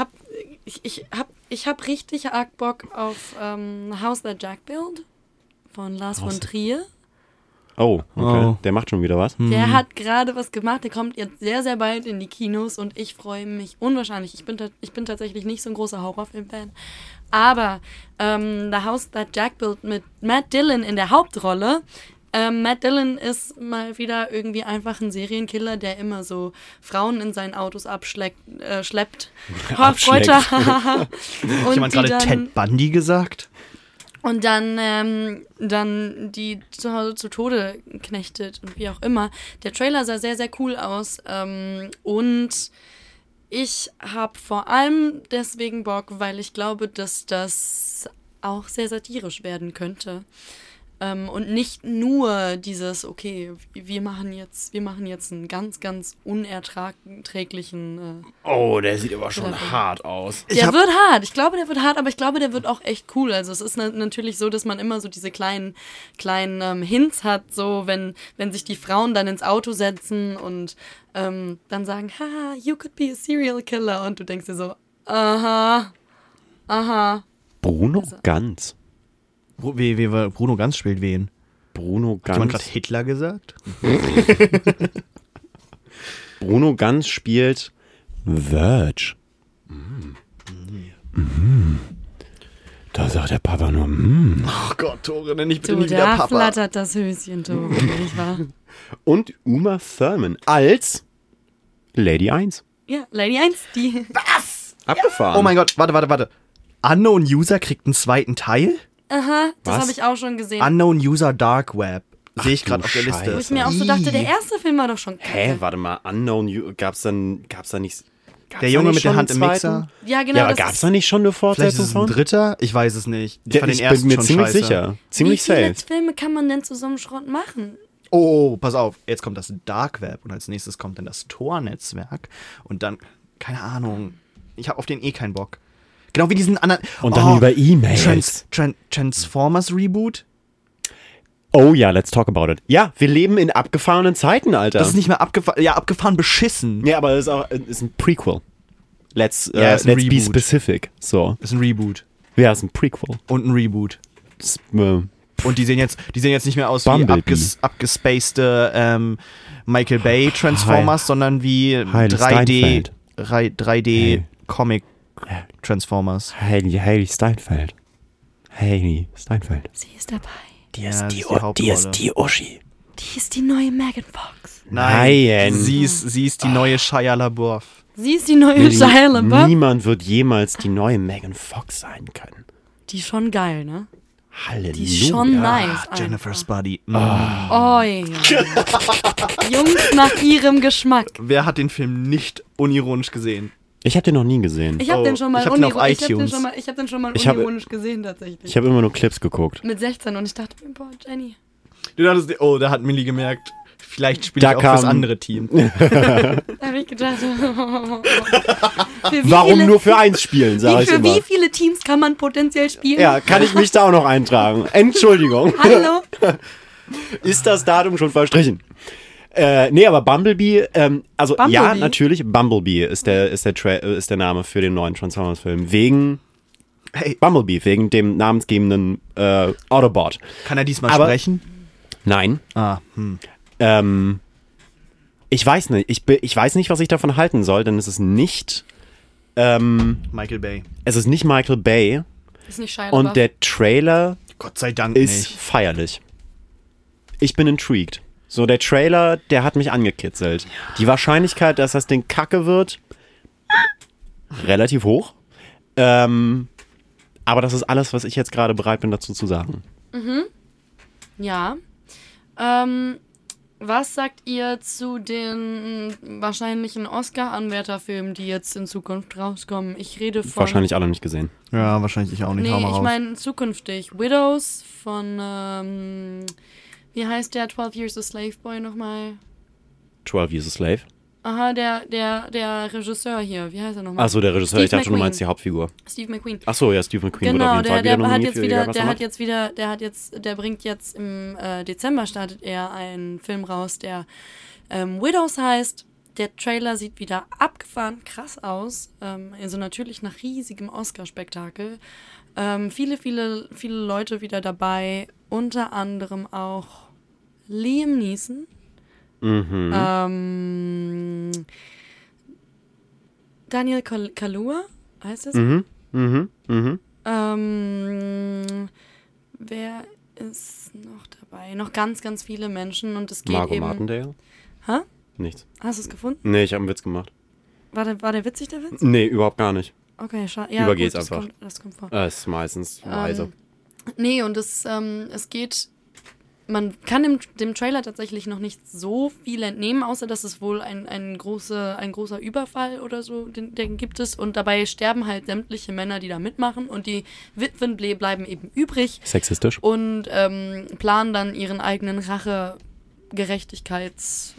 ich hab richtig arg Bock auf House That Jack Built von Lars von Trier. Oh, okay. Oh. Der macht schon wieder was. Der hat gerade was gemacht, der kommt jetzt sehr, sehr bald in die Kinos und ich freue mich unwahrscheinlich. Ich bin tatsächlich nicht so ein großer Horrorfilm-Fan, aber The House That Jack Built mit Matt Dillon in der Hauptrolle. Matt Dillon ist mal wieder irgendwie einfach ein Serienkiller, der immer so Frauen in seinen Autos schleppt. Abschleckt. Hat jemand gerade Ted Bundy gesagt? Und dann die zu Hause zu Tode knechtet und wie auch immer. Der Trailer sah sehr, sehr cool aus. Und ich habe vor allem deswegen Bock, weil ich glaube, dass das auch sehr satirisch werden könnte. Und nicht nur dieses, okay, wir machen jetzt einen ganz, ganz unerträglichen Oh, der sieht aber schon hart aus. Der wird hart. Ich glaube, der wird hart, aber ich glaube, der wird auch echt cool. Also es ist natürlich so, dass man immer so diese kleinen Hints hat, so wenn sich die Frauen dann ins Auto setzen und dann sagen, haha, you could be a serial killer. Und du denkst dir so, aha. Bruno Ganz. Bruno Ganz spielt wen? Bruno Hat jemand Ganz. gerade Hitler gesagt? Bruno Ganz spielt Verge. Da sagt der Papa nur, Oh Gott, Tore, nenn ich bitte So, nie wieder da Papa. flattert das Höschen, Tobi, nicht wahr? Und Uma Thurman als Lady 1. Ja, Lady 1, die... Abgefahren. Oh mein Gott, warte. Unknown User kriegt einen zweiten Teil? Aha, das Was? habe ich auch schon gesehen. Unknown User Dark Web. Sehe ich Ach gerade du auf der Liste. Wo ich mir auch so dachte, der erste Film war doch schon kacke. Hä, warte mal, gab's da nicht... Der Junge mit der Hand im Mixer? Ja, genau. Ja, aber das gab's ist- da nicht schon eine Vielleicht Fortsetzung ist es ein von? dritter? Ich weiß es nicht. Ich Ja, fand den ich ersten bin mir schon ziemlich scheiße. sicher. Ziemlich Wie viele safe. Filme kann man denn zu so einem Schrott machen? Oh, pass auf. Jetzt kommt das Dark Web und als nächstes kommt dann das Tor-Netzwerk und dann, keine Ahnung, ich habe auf den keinen Bock. Genau wie diesen anderen... Und dann über E-Mails. Transformers Reboot? Oh ja, let's talk about it. Ja, wir leben in abgefahrenen Zeiten, Alter. Das ist nicht mehr abgefahren, ja, abgefahren beschissen. Ja, aber das ist ein Prequel. Let's ist ein be Reboot. specific. So. Das ist ein Reboot Ja, ist ein Prequel. und ein Reboot. Das, Und die sehen jetzt nicht mehr aus Bumblebee. wie abgespacede Michael Bay Transformers, sondern wie Heidi 3D Hey. Comic Transformers. Hailey Steinfeld. Hailey Steinfeld. Sie ist dabei. Die ist die Hauptrolle. die Uschi. Die ist die neue Megan Fox. Nein. Sie ist die neue Shia LaBeouf. Sie ist die neue Shia LaBeouf. Niemand wird jemals die neue Megan Fox sein können. Die ist schon geil, ne? Halleluja. Die ist schon nice. Jennifer's einfach. Body. Oh, ja. Jungs nach ihrem Geschmack. Wer hat den Film nicht unironisch gesehen? Ich habe den noch nie gesehen. Ich habe den schon mal ich hab den auf ich hab den iTunes. schon mal, ich hab den schon mal Ich hab- unironisch gesehen tatsächlich. Ich habe immer nur Clips geguckt. Mit 16 und ich dachte mir, boah, Jenny. Du dachtest, oh, da hat Millie gemerkt, vielleicht spiele Da ich auch fürs kam- andere Team. Da habe ich gedacht, für wie Warum viele, nur für eins spielen, sage ich für immer. wie viele Teams kann man potenziell spielen? Ja, kann ich mich da auch noch eintragen? Entschuldigung. Hallo? Ist das Datum schon verstrichen? Nee, aber Bumblebee, also Bumblebee? ja, natürlich, Bumblebee ist der Name für den neuen Transformers-Film. Wegen Hey, Bumblebee, wegen dem namensgebenden Autobot. kann er diesmal Aber- sprechen? Nein. Ich weiß nicht. Ich weiß nicht, was ich davon halten soll, denn es ist nicht Michael Bay. Michael Bay Ist nicht Shia und LaBeouf. der Trailer Gott sei Dank ist nicht. feierlich. Ich bin intrigued. So, der Trailer, der hat mich angekitzelt. Die Wahrscheinlichkeit, dass das Ding kacke wird, relativ hoch. Aber das ist alles, was ich jetzt gerade bereit bin, dazu zu sagen. Ja. Was sagt ihr zu den wahrscheinlichen Oscar-Anwärterfilmen, die jetzt in Zukunft rauskommen? Ich rede von... Wahrscheinlich alle nicht gesehen. Ja, wahrscheinlich ich auch nicht. Hau mal Nee, ich raus. meine zukünftig. Widows von, wie heißt der 12 Years a Slave Boy nochmal? 12 Years a Slave. Aha, der Regisseur hier. Wie heißt er nochmal? Achso, der Regisseur, Steve ich dachte schon, du McQueen. meinst die Hauptfigur. Steve McQueen. Achso, ja, Steve McQueen wird auf Genau, jeden Fall wieder nominiert für egal, was er macht. der bringt jetzt im Dezember startet er einen Film raus, der Widows heißt. Der Trailer sieht wieder abgefahren krass aus. Also natürlich nach riesigem Oscar-Spektakel. Viele Leute wieder dabei. Unter anderem auch Liam Neeson. Daniel Kaluuya, heißt das? Wer ist noch dabei? Noch ganz, ganz viele Menschen und es geht Margot eben... Martindale? Hä? Nichts. Hast du es gefunden? Nee, ich habe einen Witz gemacht. War der witzig, der Witz? Nee, überhaupt gar nicht. Okay, schade. Ja, Übergeh's gut, einfach. Das kommt vor. Es ist meistens weise. Nee, und es geht... Man kann dem Trailer tatsächlich noch nicht so viel entnehmen, außer dass es wohl ein großer Überfall oder so, den gibt es. Und dabei sterben halt sämtliche Männer, die da mitmachen. Und die Witwen bleiben eben übrig. Sexistisch. Und planen dann ihren eigenen Rache-Gerechtigkeitszug.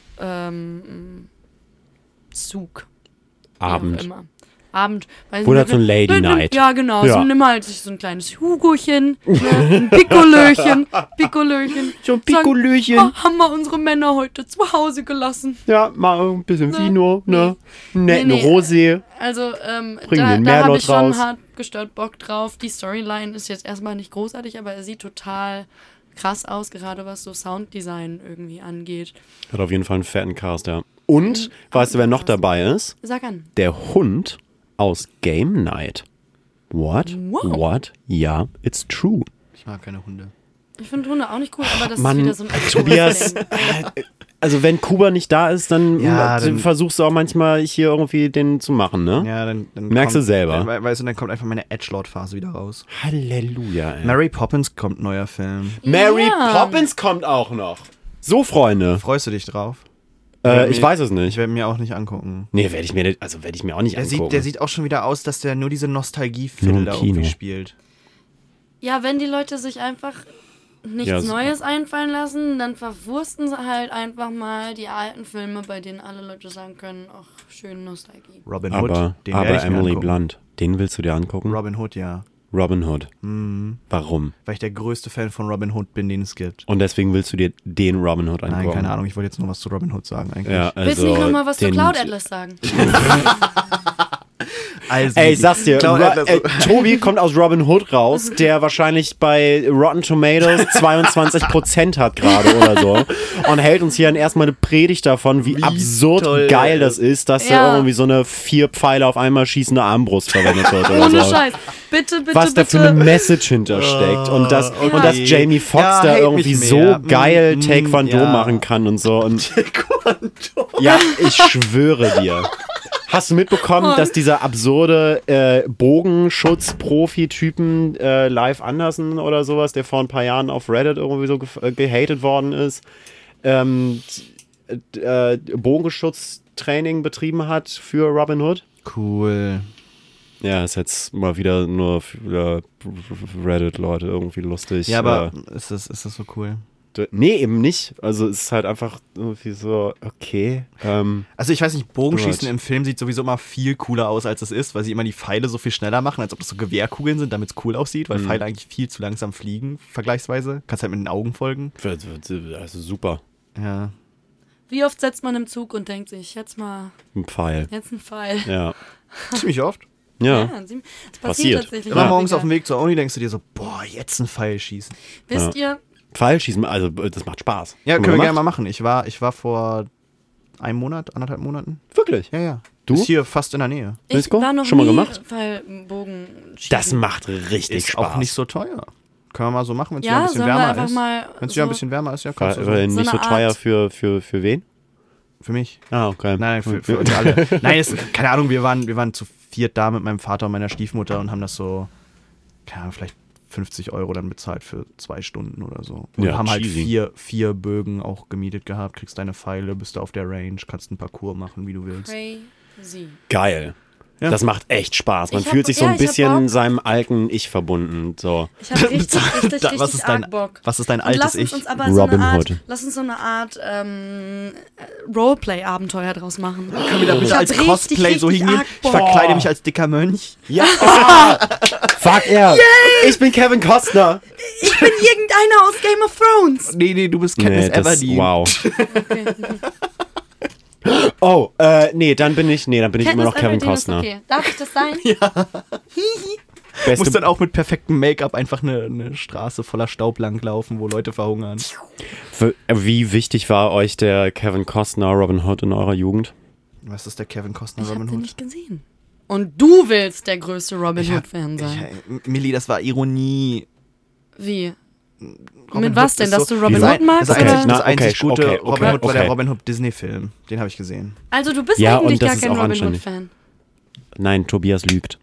Abend. Wie auch immer. Abend. Weiß Oder nicht, so ein Lady Night. Ja, genau. Ja. So nimm halt sich so ein kleines Hugochen, ein Pikolöchen. So ein Sagen, Pikolöchen. haben wir unsere Männer heute zu Hause gelassen. Ja, mal ein bisschen Vino, ne? Netten Nee. Rosé. Also, Bringen da den habe Merlot ich schon raus. hart gestört Bock drauf. Die Storyline ist jetzt erstmal nicht großartig, aber er sieht total krass aus, gerade was so Sounddesign irgendwie angeht. Hat auf jeden Fall einen fetten Cast, ja. Und, weißt du, wer noch dabei ist? Sag an. Der Hund aus Game Night. What? Wow. What? Ja, it's true. Ich mag keine Hunde. Ich finde Hunde auch nicht cool, aber das Mann, ist wieder so ein Tobias, also wenn Kuba nicht da ist, dann, Ja, dann- versuchst du auch manchmal hier irgendwie den zu machen, ne? Ja, dann Merkst du selber. Weißt du, dann kommt einfach meine Edgelord-Phase wieder raus. Halleluja, ey. Mary Poppins kommt neuer Film. Mary Ja. Poppins kommt auch noch. So, Freunde. Freust du dich drauf? Ich weiß es Ich nicht. werde mir auch nicht angucken. Nee, werde ich mir auch nicht angucken. Der sieht auch schon wieder aus, dass der nur diese Nostalgie-Fiddle Nur da im Kino. irgendwie spielt. Ja, wenn die Leute sich einfach nichts Ja, Neues einfallen lassen, dann verwursten sie halt einfach mal die alten Filme, bei denen alle Leute sagen können, ach, schön Nostalgie. Robin Hood, aber den werde ich mir Emily angucken. Blunt, den willst du dir angucken? Robin Hood, ja. Robin Hood. Warum? Weil ich der größte Fan von Robin Hood bin, den es gibt. Und deswegen willst du dir den Robin Hood angucken? Nein, keine Ahnung, ich wollte jetzt noch was zu Robin Hood sagen eigentlich. Ja, Willst also du nicht nochmal was zu den- Cloud Atlas sagen? Also, Ey, ich sag's dir, Cloud Atlas- Tobi kommt aus Robin Hood raus, der wahrscheinlich bei Rotten Tomatoes 22% hat gerade oder so und hält uns hier erstmal eine Predigt davon, wie absurd toll geil der das ist, dass Ja. da irgendwie so eine 4 Pfeile auf einmal schießende Armbrust verwendet wird oder Ohne so. Scheiß. Bitte, Was da für eine Message hintersteckt und dass Jamie Foxx Ja, da hate irgendwie mich so mehr. geil Taekwondo ja. machen kann und so. Und ja, ich schwöre dir. Hast du mitbekommen, dass dieser absurde Bogenschutz-Profi-Typen Live Anderson oder sowas, der vor ein paar Jahren auf Reddit irgendwie so gehatet worden ist, Bogenschutztraining betrieben hat für Robin Hood? Cool. Ja, ist jetzt mal wieder nur für Reddit-Leute irgendwie lustig. Ja, aber ist das so cool? Nee, eben nicht. Also es ist halt einfach irgendwie so, okay. Also ich weiß nicht, Bogenschießen Gut. im Film sieht sowieso immer viel cooler aus, als es ist, weil sie immer die Pfeile so viel schneller machen, als ob das so Gewehrkugeln sind, damit es cool aussieht, weil Pfeile eigentlich viel zu langsam fliegen, vergleichsweise. Kannst halt mit den Augen folgen. Also super. Ja. Wie oft setzt man im Zug und denkt sich, jetzt ein Pfeil. Ja. Ziemlich oft. Ja. Das Passiert. passiert tatsächlich. Immer Ja. morgens häufiger. auf dem Weg zur Uni denkst du dir so, boah, jetzt ein Pfeil schießen. Wisst ihr, Pfeilschießen, also das macht Spaß. Ja, Haben können wir gemacht? gerne mal machen. Ich war vor einem Monat, 1,5 Monaten. Wirklich? Ja. Du? Ist hier fast in der Nähe. ich Disco? war noch Schon mal nie gemacht? Pfeilbogen schießen. Das macht richtig Ist Spaß. auch nicht so teuer. Können wir mal so machen, wenn es wieder Ja, ein bisschen sollen wir wärmer einfach ist. mal Wenn es so wieder ein bisschen wärmer ist, ja, kannst du so. Weil nicht so so eine teuer Art- für wen? Für mich. Ah, okay. Nein, für uns alle. Nein, keine Ahnung, wir waren zu viert da mit meinem Vater und meiner Stiefmutter und haben das so, keine Ahnung, vielleicht 50 € dann bezahlt für 2 Stunden oder so. Und Ja, haben halt cheesy. vier Bögen auch gemietet gehabt, kriegst deine Pfeile, bist du auf der Range, kannst einen Parcours machen, wie du willst. Crazy. Geil. Ja. Das macht echt Spaß. Man Ich hab- fühlt sich so ja, ein ich hab bisschen Bock. seinem alten Ich verbunden. So. Ich habe richtig was ist dein, arg Bock. was ist dein Und altes lass uns Ich? uns aber Robin Hood. lass uns so eine Art Roleplay-Abenteuer draus machen. Können wir da bitte hab als richtig, Cosplay so richtig hingehen? arg Ich Bock. verkleide mich als dicker Mönch. Ja. Fuck yeah. Ich bin Kevin Costner. Ich bin irgendeiner aus Game of Thrones. Nee, du bist Katniss Everdeen. Wow. Oh, nee, dann bin ich immer noch Kevin Everdeen ist Costner. Okay. Darf ich das sein? Beste, Muss dann auch mit perfektem Make-up einfach eine Straße voller Staub langlaufen, wo Leute verhungern. Wie wichtig war euch der Kevin Costner Robin Hood in eurer Jugend? Was ist der Kevin Costner Ich habe Robin den Hood? nicht gesehen. Und du willst der größte Robin Hood-Fan sein. Millie, das war Ironie. Wie? Robin Mit was Hood denn, ist dass du Robin das Hood magst, Das oder? einzig, das Na, einzig okay, gute okay, Robin Hood war der okay. Robin Hood Disney-Film. Den habe ich gesehen. Also du bist Ja, eigentlich und das gar ist kein auch Robin anständig. Hood-Fan. Nein, Tobias lügt.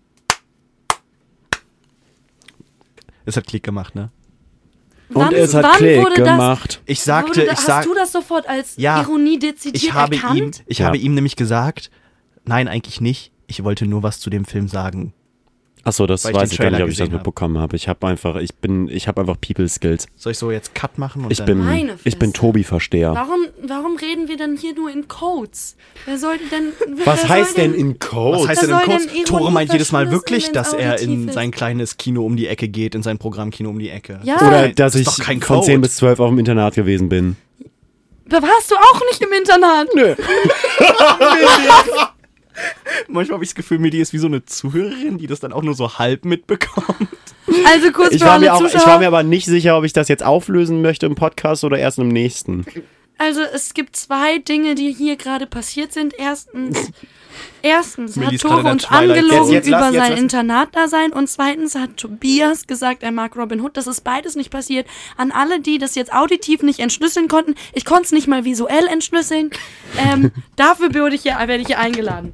Es hat Klick gemacht, ne? Und es hat Klick gemacht. Ich sagte, Hast du das sofort als Ja, Ironie dezidiert ich habe erkannt? ihm nämlich gesagt, nein, eigentlich nicht. Ich wollte nur was zu dem Film sagen. Achso, das Weil ich weiß den ich gar nicht, Trailer ob ich das gesehen hab. mitbekommen habe. Ich habe einfach People Skills. Soll ich so jetzt Cut machen? Und Ich dann Meine bin Fresse. Tobi-Versteher. Warum reden wir denn hier nur in Codes? Wer soll denn... Was wer heißt soll denn in Code? Was heißt denn soll in denn kurz? Ironie Tore meint jedes Mal verschlüsseln, wirklich, wenn's dass er auditiv in ist? sein kleines Kino um die Ecke geht, in sein Programmkino um die Ecke. Ja. Oder dass ist ich doch kein von Code. 10 bis 12 auf dem Internat gewesen bin. Da warst du auch nicht im Internat. Nö. Manchmal habe ich das Gefühl, Millie ist wie so eine Zuhörerin, die das dann auch nur so halb mitbekommt. Also kurz Ich für war, alle mir auch, Zuschauer. ich war mir aber nicht sicher, ob ich das jetzt auflösen möchte im Podcast oder erst im nächsten. Also es gibt 2 Dinge, die hier gerade passiert sind. Erstens Millie hat ist gerade in Tore der uns Twilight. angelogen Jetzt über lass. sein Internatdasein und zweitens hat Tobias gesagt, er mag Robin Hood. Das ist beides nicht passiert. An alle, die das jetzt auditiv nicht entschlüsseln konnten, ich konnte es nicht mal visuell entschlüsseln. Dafür werde ich hier eingeladen.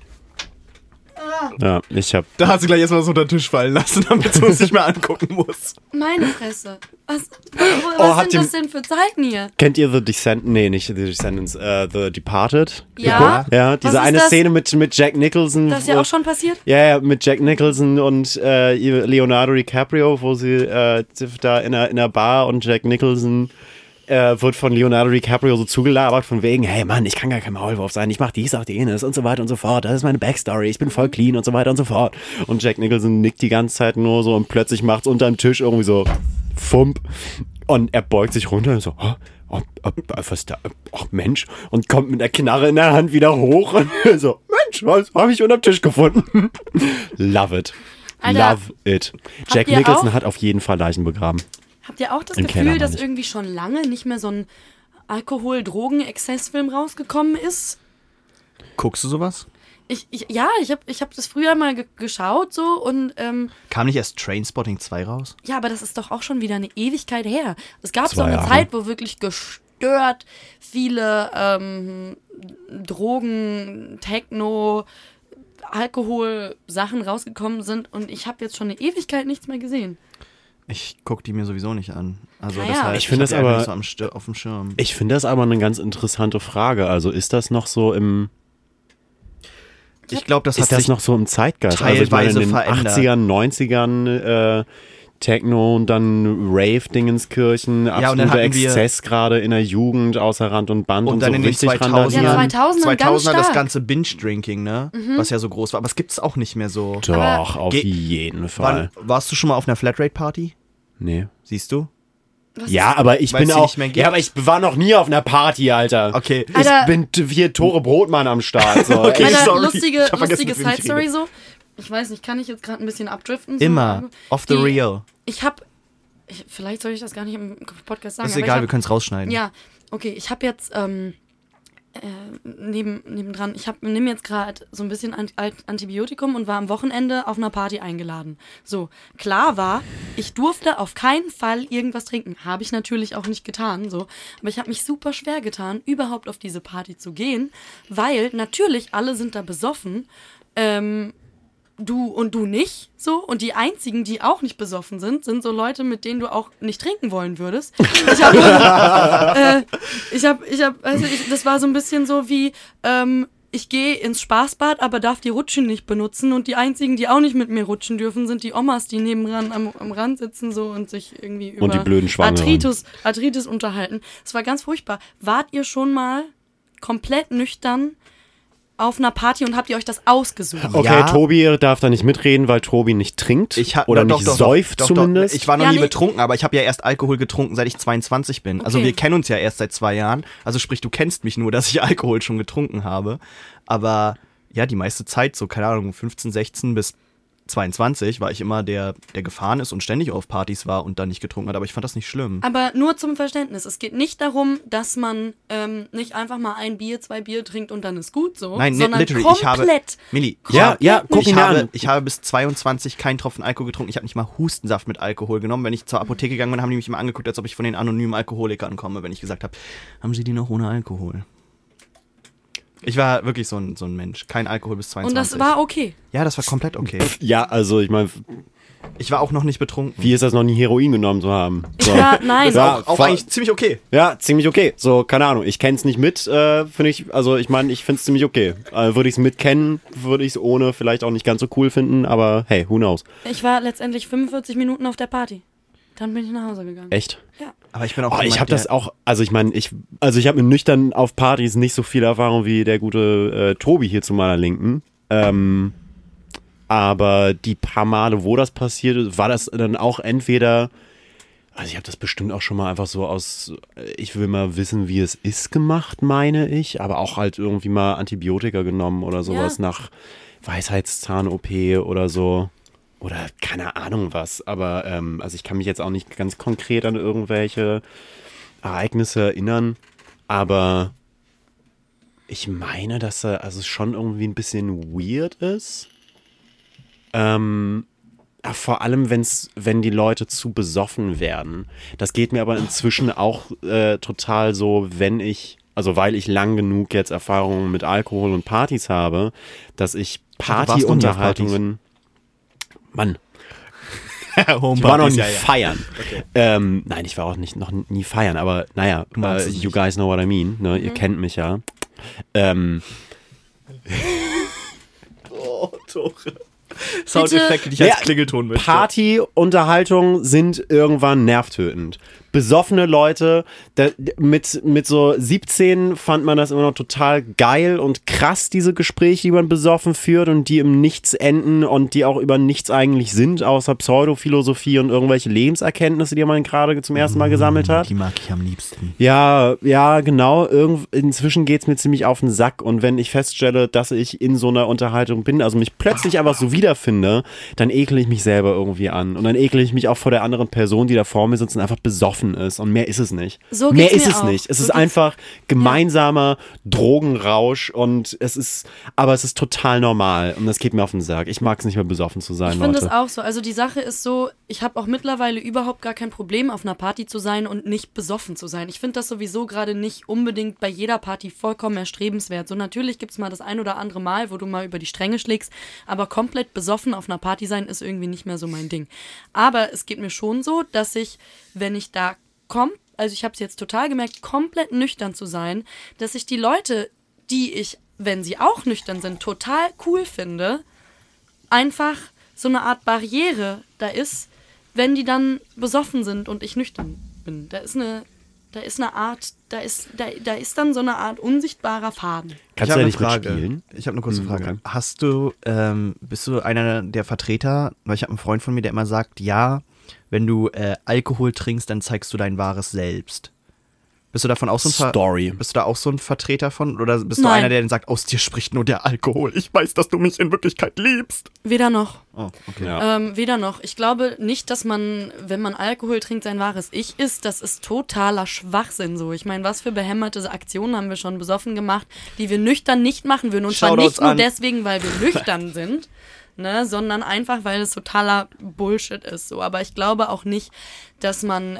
Ja, ich hab. Da hat sie gleich erstmal so unter den Tisch fallen lassen, damit sie uns nicht mehr angucken muss. Meine Fresse. Was habt sind ihr- das denn für Zeiten hier? Kennt ihr The Descendants? Nee, nicht The Descendants, The Departed? Ja. Ja, Was diese ist eine das? Szene mit Jack Nicholson. Das ist ja auch schon passiert? Ja, mit Jack Nicholson und Leonardo DiCaprio, wo sie da in einer Bar und Jack Nicholson wird von Leonardo DiCaprio so zugelabert von wegen, hey Mann, ich kann gar kein Maulwurf sein, ich mach dies, auch jenes und so weiter und so fort, das ist meine Backstory, ich bin voll clean und so weiter und so fort. Und Jack Nicholson nickt die ganze Zeit nur so und plötzlich macht's unterm Tisch irgendwie so Fump und er beugt sich runter und so, was da, ach Mensch, und kommt mit der Knarre in der Hand wieder hoch und so, Mensch, was habe ich unterm Tisch gefunden? Love it. Alter, Love it. Jack ihr Nicholson auch- hat auf jeden Fall Leichen begraben. Habt ihr auch das Im Gefühl, Keller, dass meine ich. irgendwie schon lange nicht mehr so ein Alkohol-Drogen-Exzessfilm rausgekommen ist? Guckst du sowas? Ich hab das früher mal geschaut so und Kam nicht erst Trainspotting 2 raus? ja, aber das ist doch auch schon wieder eine Ewigkeit her. Es gab so 2 eine Jahre. Zeit, wo wirklich gestört viele Drogen, Techno, Alkohol-Sachen rausgekommen sind und ich habe jetzt schon eine Ewigkeit nichts mehr gesehen. Ich guck die mir sowieso nicht an. Also Naja. das heißt, Ich finde hab das die einfach aber- nicht so auf dem Schirm. Ich finde das aber eine ganz interessante Frage. Also ist das noch so im Ich glaube, das hat Ist das sich noch so im Zeitgeist? Also ich meine, in teilweise den verändert. 80ern, 90ern Techno und dann Rave-Dingenskirchen, und dann absoluter hatten wir- Exzess gerade in der Jugend, außer Rand und Band und, Und dann so in den richtig 2000ern, Ja, randalieren. 2000ern ganz das stark. ganze Binge-Drinking, ne? Was ja so groß war. Aber es gibt's auch nicht mehr so. Doch, auf Ge- jeden Fall. Warst du schon mal auf einer Flatrate-Party? Nee. Siehst du? Ja, aber ich Weil's bin die auch. nicht mehr gibt? Ja, aber ich war noch nie auf einer Party, Alter. Okay. Ich Alter. bin hier Tore Brotmann am Start. So. Okay. Alter, sorry. lustige Ich hab vergessen, mit wem ich Side-Story rede. so. Ich weiß nicht, kann ich jetzt gerade ein bisschen abdriften? So? Immer. Off the Die- real. Vielleicht soll ich das gar nicht im Podcast sagen. Ist aber egal, ich wir können es rausschneiden. Ja, okay, ich habe jetzt nebendran, ich nehme jetzt gerade so ein bisschen Antibiotikum und war am Wochenende auf einer Party eingeladen. So, klar war, ich durfte auf keinen Fall irgendwas trinken. Habe ich natürlich auch nicht getan, so. Aber ich habe mich super schwer getan, überhaupt auf diese Party zu gehen, weil natürlich alle sind da besoffen. du nicht, so. Und die einzigen, die auch nicht besoffen sind so Leute, mit denen du auch nicht trinken wollen würdest. Das war so ein bisschen so wie, ich gehe ins Spaßbad, aber darf die Rutschen nicht benutzen und die einzigen, die auch nicht mit mir rutschen dürfen, sind die Omas, die nebenan am Rand sitzen so und sich irgendwie über die blöden Arthritis unterhalten. Es war ganz furchtbar. Wart ihr schon mal komplett nüchtern auf einer Party und habt ihr euch das ausgesucht? Okay, ja. Tobi darf da nicht mitreden, weil Tobi nicht trinkt oder nicht säuft zumindest. Ich war noch nie betrunken, aber ich habe ja erst Alkohol getrunken, seit ich 22 bin. Okay. Also wir kennen uns ja erst seit 2 Jahren. Also sprich, du kennst mich nur, dass ich Alkohol schon getrunken habe. Aber ja, die meiste Zeit, so keine Ahnung, 15, 16 bis 22 war ich immer der gefahren ist und ständig auf Partys war und dann nicht getrunken hat, aber ich fand das nicht schlimm. Aber nur zum Verständnis, es geht nicht darum, dass man nicht einfach mal 1 Bier, 2 Bier trinkt und dann ist gut so, nein, sondern literally, komplett. Ich habe bis 22 keinen Tropfen Alkohol getrunken, ich habe nicht mal Hustensaft mit Alkohol genommen. Wenn ich zur Apotheke gegangen bin, haben die mich immer angeguckt, als ob ich von den anonymen Alkoholikern komme, wenn ich gesagt habe, haben sie die noch ohne Alkohol? Ich war wirklich so ein Mensch. Kein Alkohol bis 22. Und das war okay? Ja, das war komplett okay. Ja, also ich meine... Ich war auch noch nicht betrunken. Wie ist das, noch nie Heroin genommen zu haben? So. Ja, nein. Das war auch eigentlich ziemlich okay. Ja, ziemlich okay. So, keine Ahnung. Ich kenn's nicht mit, finde ich... Also ich meine, ich find's ziemlich okay. Würde ich's mitkennen, würde ich's ohne vielleicht auch nicht ganz so cool finden, aber hey, who knows. Ich war letztendlich 45 Minuten auf der Party. Dann bin ich nach Hause gegangen. Echt? Ja. Aber ich bin auch ich habe das auch, also ich meine, ich habe mit nüchtern auf Partys nicht so viel Erfahrung wie der gute Tobi hier zu meiner Linken. Aber die paar Male, wo das passiert ist, war das dann auch entweder, also ich habe das bestimmt auch schon mal einfach so aus, ich will mal wissen, wie es ist gemacht, meine ich, aber auch halt irgendwie mal Antibiotika genommen oder sowas nach Weisheitszahn-OP oder so. Oder keine Ahnung was, aber also ich kann mich jetzt auch nicht ganz konkret an irgendwelche Ereignisse erinnern, aber ich meine, dass es schon irgendwie ein bisschen weird ist. Vor allem, wenn die Leute zu besoffen werden. Das geht mir aber inzwischen auch total so, weil ich lang genug jetzt Erfahrungen mit Alkohol und Partys habe, dass ich Partyunterhaltungen... Mann. Ich war noch nie feiern. Okay. Nein, ich war auch noch nie feiern, aber naja, you guys know what I mean. Ne? Ihr kennt mich ja. Tore. Soundeffekte, die ich als Klingelton möchte. Partyunterhaltungen sind irgendwann nervtötend. Besoffene Leute, mit so 17 fand man das immer noch total geil und krass, diese Gespräche, die man besoffen führt und die im Nichts enden und die auch über nichts eigentlich sind, außer Pseudophilosophie und irgendwelche Lebenserkenntnisse, die man gerade zum ersten Mal gesammelt hat. Die mag ich am liebsten. Ja, genau. Inzwischen geht's mir ziemlich auf den Sack und wenn ich feststelle, dass ich in so einer Unterhaltung bin, also mich plötzlich einfach so wiederfinde, dann ekel ich mich selber irgendwie an und dann ekel ich mich auch vor der anderen Person, die da vor mir sitzt und einfach besoffen ist und mehr ist es nicht. So mehr ist es nicht. Es ist einfach gemeinsamer Drogenrausch und es ist total normal und das geht mir auf den Sack. Ich mag es nicht mehr besoffen zu sein, Ich finde das auch so. Also die Sache ist so, ich habe auch mittlerweile überhaupt gar kein Problem, auf einer Party zu sein und nicht besoffen zu sein. Ich finde das sowieso gerade nicht unbedingt bei jeder Party vollkommen erstrebenswert. So natürlich gibt es mal das ein oder andere Mal, wo du mal über die Stränge schlägst, aber komplett besoffen auf einer Party sein ist irgendwie nicht mehr so mein Ding. Aber es geht mir schon so, dass ich, wenn ich da also ich habe es jetzt total gemerkt, komplett nüchtern zu sein, dass ich die Leute, die ich, wenn sie auch nüchtern sind, total cool finde, einfach so eine Art Barriere da ist, wenn die dann besoffen sind und ich nüchtern bin. Da ist dann so eine Art unsichtbarer Faden. Kannst du ja nicht mitspielen? Ich habe eine kurze Frage. Okay. Bist du einer der Vertreter, weil ich habe einen Freund von mir, der immer sagt, ja, wenn du Alkohol trinkst, dann zeigst du dein wahres Selbst. Bist du davon auch so ein Bist du da auch so ein Vertreter von? Oder bist du einer, der dann sagt, aus dir spricht nur der Alkohol? Ich weiß, dass du mich in Wirklichkeit liebst. Weder noch. Oh, okay. Ja. Weder noch. Ich glaube nicht, dass man, wenn man Alkohol trinkt, sein wahres Ich ist. Das ist totaler Schwachsinn so. Ich meine, was für behämmerte Aktionen haben wir schon besoffen gemacht, die wir nüchtern nicht machen würden. Und zwar nicht nur deswegen, weil wir nüchtern sind, ne, sondern einfach, weil es totaler Bullshit ist, so. Aber ich glaube auch nicht, dass man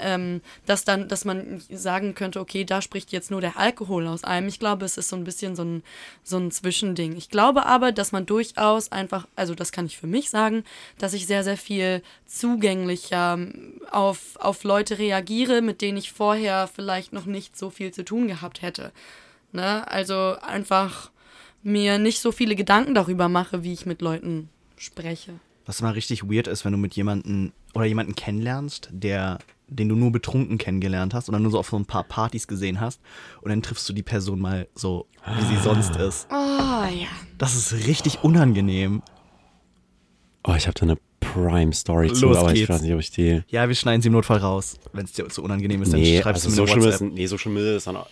sagen könnte, okay, da spricht jetzt nur der Alkohol aus einem. Ich glaube, es ist so ein bisschen so ein Zwischending. Ich glaube aber, dass man durchaus einfach, also das kann ich für mich sagen, dass ich sehr, sehr viel zugänglicher auf Leute reagiere, mit denen ich vorher vielleicht noch nicht so viel zu tun gehabt hätte. Ne? Also einfach mir nicht so viele Gedanken darüber mache, wie ich mit Leuten spreche. Was mal richtig weird ist, wenn du mit jemanden kennenlernst, den du nur betrunken kennengelernt hast oder nur so auf so ein paar Partys gesehen hast und dann triffst du die Person mal so, wie sie sonst ist. Oh ja. Das ist richtig unangenehm. Oh, ich habe da eine Prime-Story zu, Los aber geht's. ich weiß nicht, ob ich die... Ja, wir schneiden sie im Notfall raus. Wenn es dir zu unangenehm ist, dann Nee, schreibst also du mir so eine schlimm WhatsApp. ist so schlimm ist es dann auch...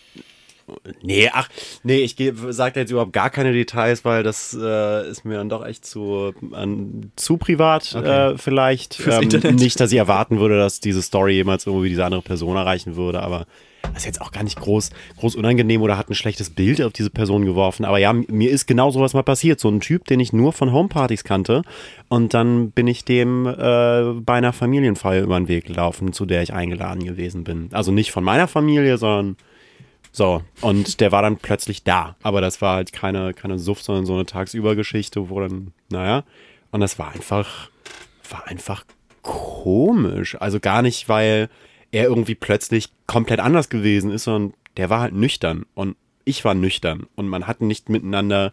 Nee, ich sage jetzt überhaupt gar keine Details, weil das ist mir dann doch echt zu privat Okay. vielleicht. Fürs Internet. Nicht, dass ich erwarten würde, dass diese Story jemals irgendwie diese andere Person erreichen würde, aber das ist jetzt auch gar nicht groß unangenehm oder hat ein schlechtes Bild auf diese Person geworfen. Aber ja, mir ist genau sowas mal passiert. So ein Typ, den ich nur von Homepartys kannte und dann bin ich dem bei einer Familienfeier über den Weg gelaufen, zu der ich eingeladen gewesen bin. Also nicht von meiner Familie, sondern so, und der war dann plötzlich da. Aber das war halt keine Suff, sondern so eine Tagsübergeschichte, wo dann, naja, und das war einfach komisch. Also gar nicht, weil er irgendwie plötzlich komplett anders gewesen ist, sondern der war halt nüchtern und ich war nüchtern und man hat nicht miteinander,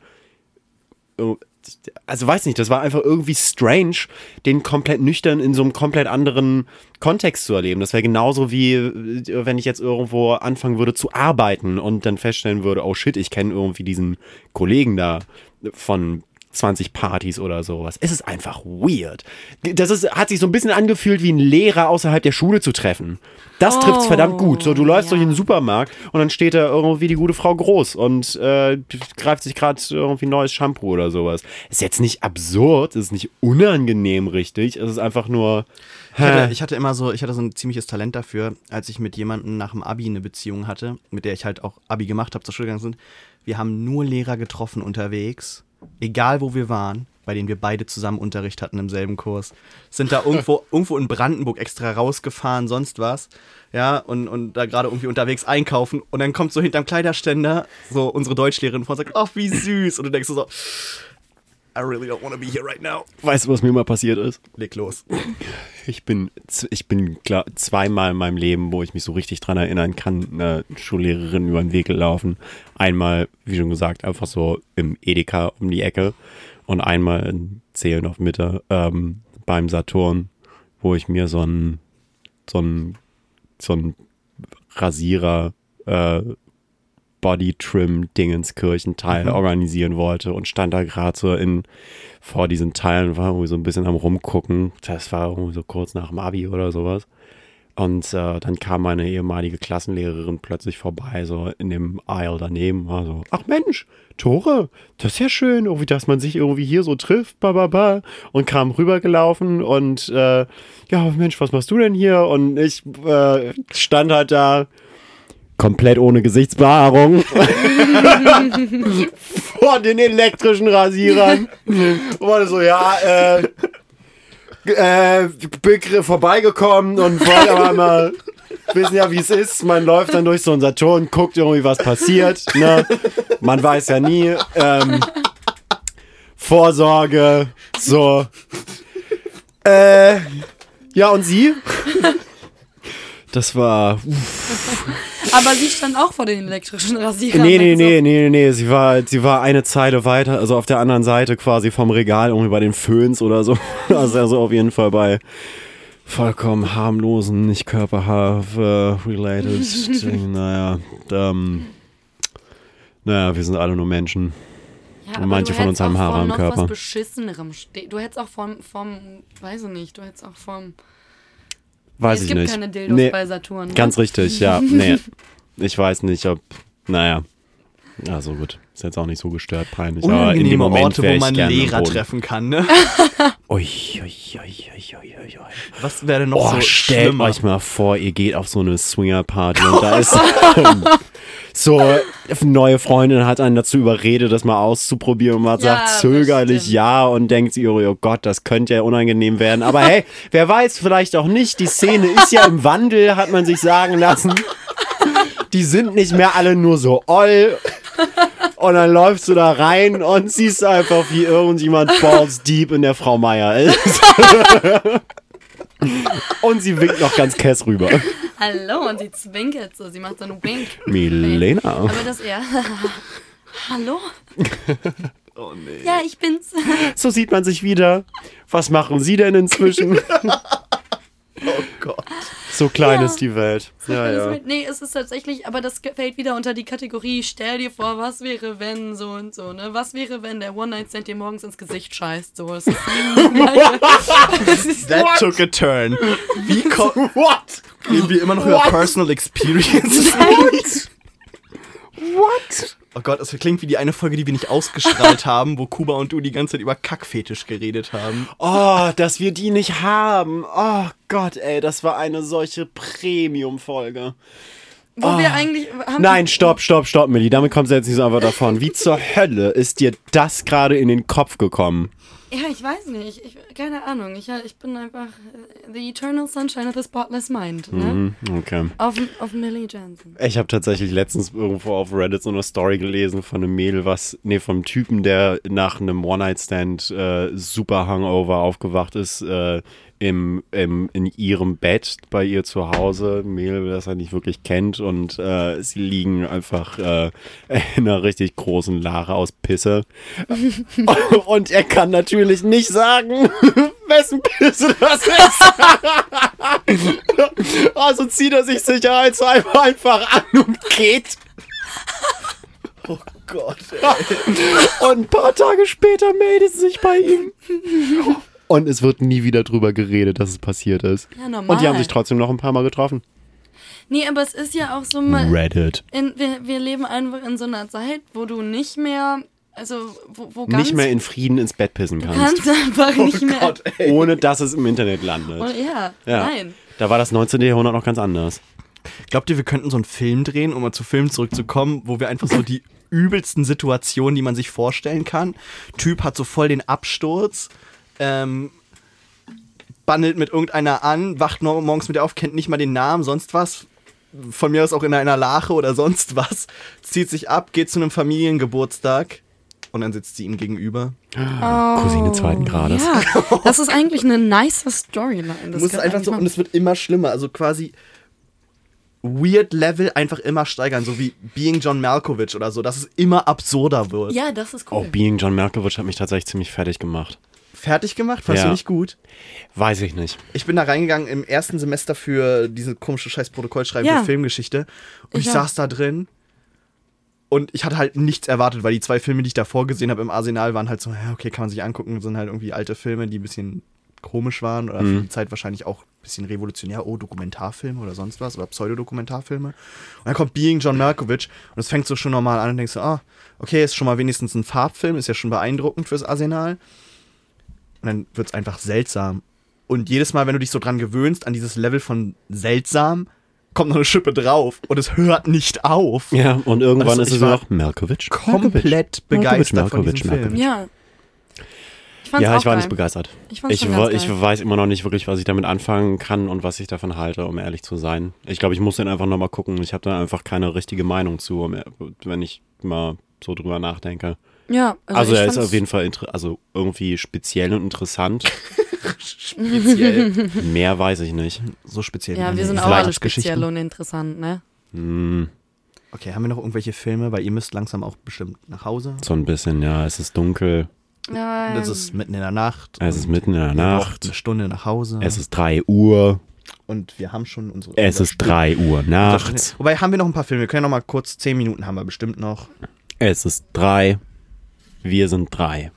also weiß nicht, das war einfach irgendwie strange, den komplett nüchtern in so einem komplett anderen Kontext zu erleben. Das wäre genauso wie, wenn ich jetzt irgendwo anfangen würde zu arbeiten und dann feststellen würde, oh shit, ich kenne irgendwie diesen Kollegen da von 20 Partys oder sowas. Es ist einfach weird. Hat sich so ein bisschen angefühlt, wie ein Lehrer außerhalb der Schule zu treffen. Das trifft's verdammt gut. So, du läufst durch den Supermarkt und dann steht da irgendwie die gute Frau Groß und greift sich gerade irgendwie neues Shampoo oder sowas. Ist jetzt nicht absurd, ist nicht unangenehm richtig, es ist einfach nur... Ich hatte so ein ziemliches Talent dafür, als ich mit jemandem nach dem Abi eine Beziehung hatte, mit der ich halt auch Abi gemacht habe, zur Schule gegangen sind. Wir haben nur Lehrer getroffen unterwegs, egal wo wir waren, bei denen wir beide zusammen Unterricht hatten im selben Kurs. Sind da irgendwo in Brandenburg extra rausgefahren, sonst was. Ja, und da gerade irgendwie unterwegs einkaufen. Und dann kommt so hinterm Kleiderständer so unsere Deutschlehrerin vor und sagt, ach, wie süß. Und du denkst so, I really don't want to be here right now. Weißt du, was mir mal passiert ist? Leg los. Ich bin klar zweimal in meinem Leben, wo ich mich so richtig dran erinnern kann, einer Schullehrerin über den Weg gelaufen. Einmal, wie schon gesagt, einfach so im Edeka um die Ecke und einmal in Zehlendorf Mitte beim Saturn, wo ich mir so ein Rasierer Body-Trim-Dingenskirchen-Teil organisieren wollte und stand da gerade so vor diesen Teilen, war irgendwie so ein bisschen am Rumgucken. Das war irgendwie so kurz nach dem Abi oder sowas. Und dann kam meine ehemalige Klassenlehrerin plötzlich vorbei, so in dem Aisle daneben, war so, ach Mensch, Tore, das ist ja schön, irgendwie, dass man sich irgendwie hier so trifft, und kam rübergelaufen und ja, Mensch, was machst du denn hier? Und ich stand halt da, komplett ohne Gesichtsbehaarung vor den elektrischen Rasierern. Und so, ja, bin vorbeigekommen und wollte aber mal wissen ja, wie es ist. Man läuft dann durch so einen Saturn, guckt irgendwie, was passiert. Ne? Man weiß ja nie. Vorsorge, so. Ja, und sie? Das war... Aber sie stand auch vor den elektrischen Rasierern. Nee. Sie war eine Zeile weiter, also auf der anderen Seite quasi vom Regal, irgendwie bei den Föhns oder so. Also auf jeden Fall bei vollkommen harmlosen, nicht Körperhaar-related Dingen. Naja, wir sind alle nur Menschen. Ja, und manche von uns haben Haare am Körper. Was Beschissenerem du hättest auch vom, weiß ich nicht, Weiß ich nicht. Es gibt keine Dildos bei Saturn. Ne? Ganz richtig, ja. Nee. Ich weiß nicht, ob, naja. Also gut, ist jetzt auch nicht so gestört, peinlich. Aber in dem Unangenehme Moment Orte, wär wo ich man gerne am Lehrer Boden. treffen kann, ne? Ui. Was wäre denn noch so Stellt schlimmer? euch mal vor, ihr geht auf so eine Swinger-Party und da ist so eine neue Freundin hat einen dazu überredet, das mal auszuprobieren und man Ja, sagt zögerlich bestimmt. ja und denkt sich, oh Gott, das könnte ja unangenehm werden. Aber hey, wer weiß, vielleicht auch nicht. Die Szene ist ja im Wandel, hat man sich sagen lassen. Die sind nicht mehr alle nur so oll. Und dann läufst du da rein und siehst einfach, wie irgendjemand balls deep in der Frau Meier ist. Und sie winkt noch ganz kess rüber. Hallo, und sie zwinkert so. Sie macht so einen Wink. Milena. Aber das eher. Hallo? Oh nee. Ja, ich bin's. So sieht man sich wieder. Was machen Sie denn inzwischen? Oh Gott. So klein Ja. ist die Welt. Ja. Nee, es ist tatsächlich, aber das fällt wieder unter die Kategorie, stell dir vor, was wäre, wenn so und so, ne? Was wäre, wenn der One-Night-Stand dir morgens ins Gesicht scheißt, so. Es ist das ist That took a turn. Wie What? reden wir immer noch über Personal Experiences? What? Oh Gott, das klingt wie die eine Folge, die wir nicht ausgestrahlt haben, wo Kuba und du die ganze Zeit über Kackfetisch geredet haben. Oh, dass wir die nicht haben. Oh Gott, ey, das war eine solche Premium-Folge. wo wir eigentlich haben. Nein, stopp, Milli. Damit kommst du jetzt nicht so einfach davon. Wie zur Hölle ist dir das gerade in den Kopf gekommen? Ja, ich weiß nicht. Keine Ahnung. Ich bin einfach the eternal sunshine of the spotless mind, ne? Okay. Auf Millie Johnson. Ich habe tatsächlich letztens irgendwo auf Reddit so eine Story gelesen von einem Mädel, vom Typen, der nach einem One-Night-Stand super hungover aufgewacht ist, in ihrem Bett bei ihr zu Hause. Ein Mädel, das er nicht wirklich kennt, und sie liegen einfach in einer richtig großen Lache aus Pisse. Und er kann natürlich nicht sagen, wessen Pisse das ist. Also zieht er sich sicherheitshalber einfach an und geht. Oh Gott. Und ein paar Tage später meldet sie sich bei ihm. Und es wird nie wieder drüber geredet, dass es passiert ist. Ja, normal. Und die haben sich trotzdem noch ein paar Mal getroffen. Nee, aber es ist ja auch so mal. Reddit. Wir leben einfach in so einer Zeit, wo du nicht mehr. Also, wo ganz. Nicht mehr in Frieden ins Bett pissen Du kannst. kannst einfach nicht mehr. Gott, ey. Ohne dass es im Internet landet. Oh, ja, Ja. nein. Da war das 19. Jahrhundert noch ganz anders. Glaubt ihr, wir könnten so einen Film drehen, um mal zu Filmen zurückzukommen, wo wir einfach so die übelsten Situationen, die man sich vorstellen kann. Typ hat so voll den Absturz, bandelt mit irgendeiner an, wacht morgens mit ihr auf, kennt nicht mal den Namen, sonst was. Von mir aus auch in einer Lache oder sonst was. Zieht sich ab, geht zu einem Familiengeburtstag und dann sitzt sie ihm gegenüber. Cousine zweiten Grades. Ja, das ist eigentlich eine nice Storyline. Du Das musst kann einfach eigentlich so, mal- und es wird immer schlimmer, also quasi Weird Level einfach immer steigern, so wie Being John Malkovich oder so, dass es immer absurder wird. Ja, das ist Oh, cool. Being John Malkovich hat mich tatsächlich ziemlich fertig gemacht. Fertig gemacht? Fandst Ja. du nicht gut? Weiß ich nicht. Ich bin da reingegangen im ersten Semester für diese komische scheiß Protokollschreiben Ja. für Filmgeschichte und ich Ich auch. saß da drin und ich hatte halt nichts erwartet, weil die 2 Filme, die ich davor gesehen habe im Arsenal, waren halt so, ja, okay, kann man sich angucken, sind halt irgendwie alte Filme, die ein bisschen komisch waren oder für die Zeit wahrscheinlich auch ein bisschen revolutionär, Dokumentarfilme oder sonst was oder Pseudodokumentarfilme. Und dann kommt Being John Malkovich und es fängt so schon normal an und denkst so, okay, ist schon mal wenigstens ein Farbfilm, ist ja schon beeindruckend fürs Arsenal. Und dann wird es einfach seltsam. Und jedes Mal, wenn du dich so dran gewöhnst, an dieses Level von seltsam, kommt noch eine Schippe drauf und es hört nicht auf. Ja, und irgendwann Also ist ich es nur war noch Malkovich. Komplett begeistert von diesem Film. Ja. Ich fand's Ja, auch ich war geil. nicht begeistert. Ich fand's Ich schon ganz geil. weiß immer noch nicht wirklich, was ich damit anfangen kann und was ich davon halte, um ehrlich zu sein. Ich glaube, ich muss den einfach nochmal gucken. Ich habe da einfach keine richtige Meinung zu, wenn ich mal so drüber nachdenke. Ja, Also ich er ist fand's- auf jeden Fall irgendwie speziell und interessant. Speziell. Mehr weiß ich nicht. So speziell. Ja, wie wir sind deine auch alle Weihnachtsgeschichten. speziell und interessant, ne? Okay, haben wir noch irgendwelche Filme? Weil ihr müsst langsam auch bestimmt nach Hause. So ein bisschen, ja. Es ist dunkel. Ja, Das ist mitten in der Nacht. Es ist mitten in der Ihr braucht Nacht. eine Stunde nach Hause. Es ist 3 Uhr. Und wir haben schon unsere... Es ist 3 Uhr nachts. Wobei, haben wir noch ein paar Filme. Wir können noch mal kurz 10 Minuten haben wir bestimmt noch. Es ist 3. Wir sind 3.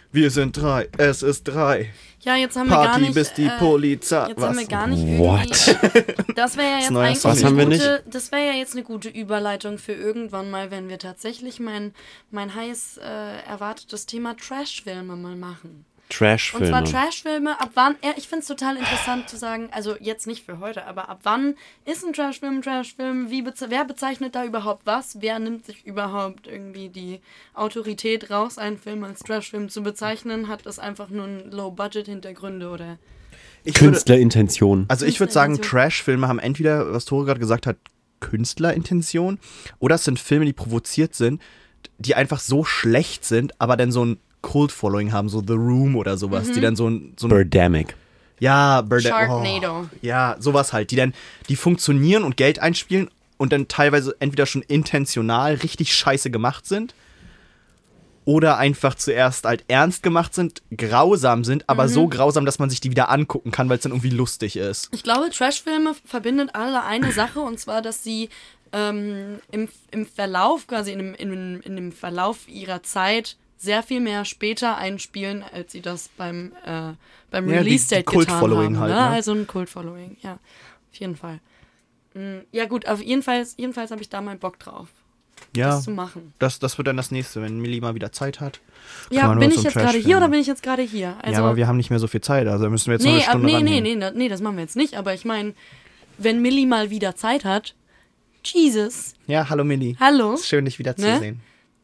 Wir sind 3, es ist 3. Ja, jetzt haben wir Party gar nicht... bis die Polizei... Jetzt haben wir gar nicht What? irgendwie... Das wäre ja jetzt neuer eigentlich Song. Was haben wir Das wäre ja jetzt eine gute Überleitung für irgendwann mal, wenn wir tatsächlich mein heiß erwartetes Thema Trashfilme mal machen. Trashfilme. Und zwar Trashfilme, ab wann, ich finde es total interessant zu sagen, also jetzt nicht für heute, aber ab wann ist ein Trashfilm ein Trashfilm? Wer bezeichnet da überhaupt was? Wer nimmt sich überhaupt irgendwie die Autorität raus, einen Film als Trashfilm zu bezeichnen? Hat das einfach nur ein Low-Budget-Hintergründe oder... Künstlerintention. Also ich würde sagen, Trash-Filme haben entweder, was Tore gerade gesagt hat, Künstlerintention, oder es sind Filme, die provoziert sind, die einfach so schlecht sind, aber dann so ein Cult-Following haben, so The Room oder sowas, die dann so ein Birdemic. ja, Sharknado. Ja, sowas halt, die funktionieren und Geld einspielen und dann teilweise entweder schon intentional richtig scheiße gemacht sind oder einfach zuerst halt ernst gemacht sind, grausam sind, aber so grausam, dass man sich die wieder angucken kann, weil es dann irgendwie lustig ist. Ich glaube, Trashfilme verbindet alle eine Sache, und zwar, dass sie im Verlauf, quasi in dem Verlauf ihrer Zeit sehr viel mehr später einspielen, als sie das beim Release-Date getan haben. Halt, Ne? ne? Also ein Kult-Following, ja. Auf jeden Fall. Ja gut, jedenfalls habe ich da mal Bock drauf, das zu machen. Das wird dann das nächste, wenn Millie mal wieder Zeit hat. Ja, bin ich jetzt gerade hier oder bin ich jetzt gerade hier? Also, ja, aber wir haben nicht mehr so viel Zeit, also müssen wir jetzt noch eine Stunde ranhängen. Nee, das machen wir jetzt nicht, aber ich meine, wenn Millie mal wieder Zeit hat, Jesus. Ja, hallo Millie. Hallo. Ist schön, dich wieder zu sehen.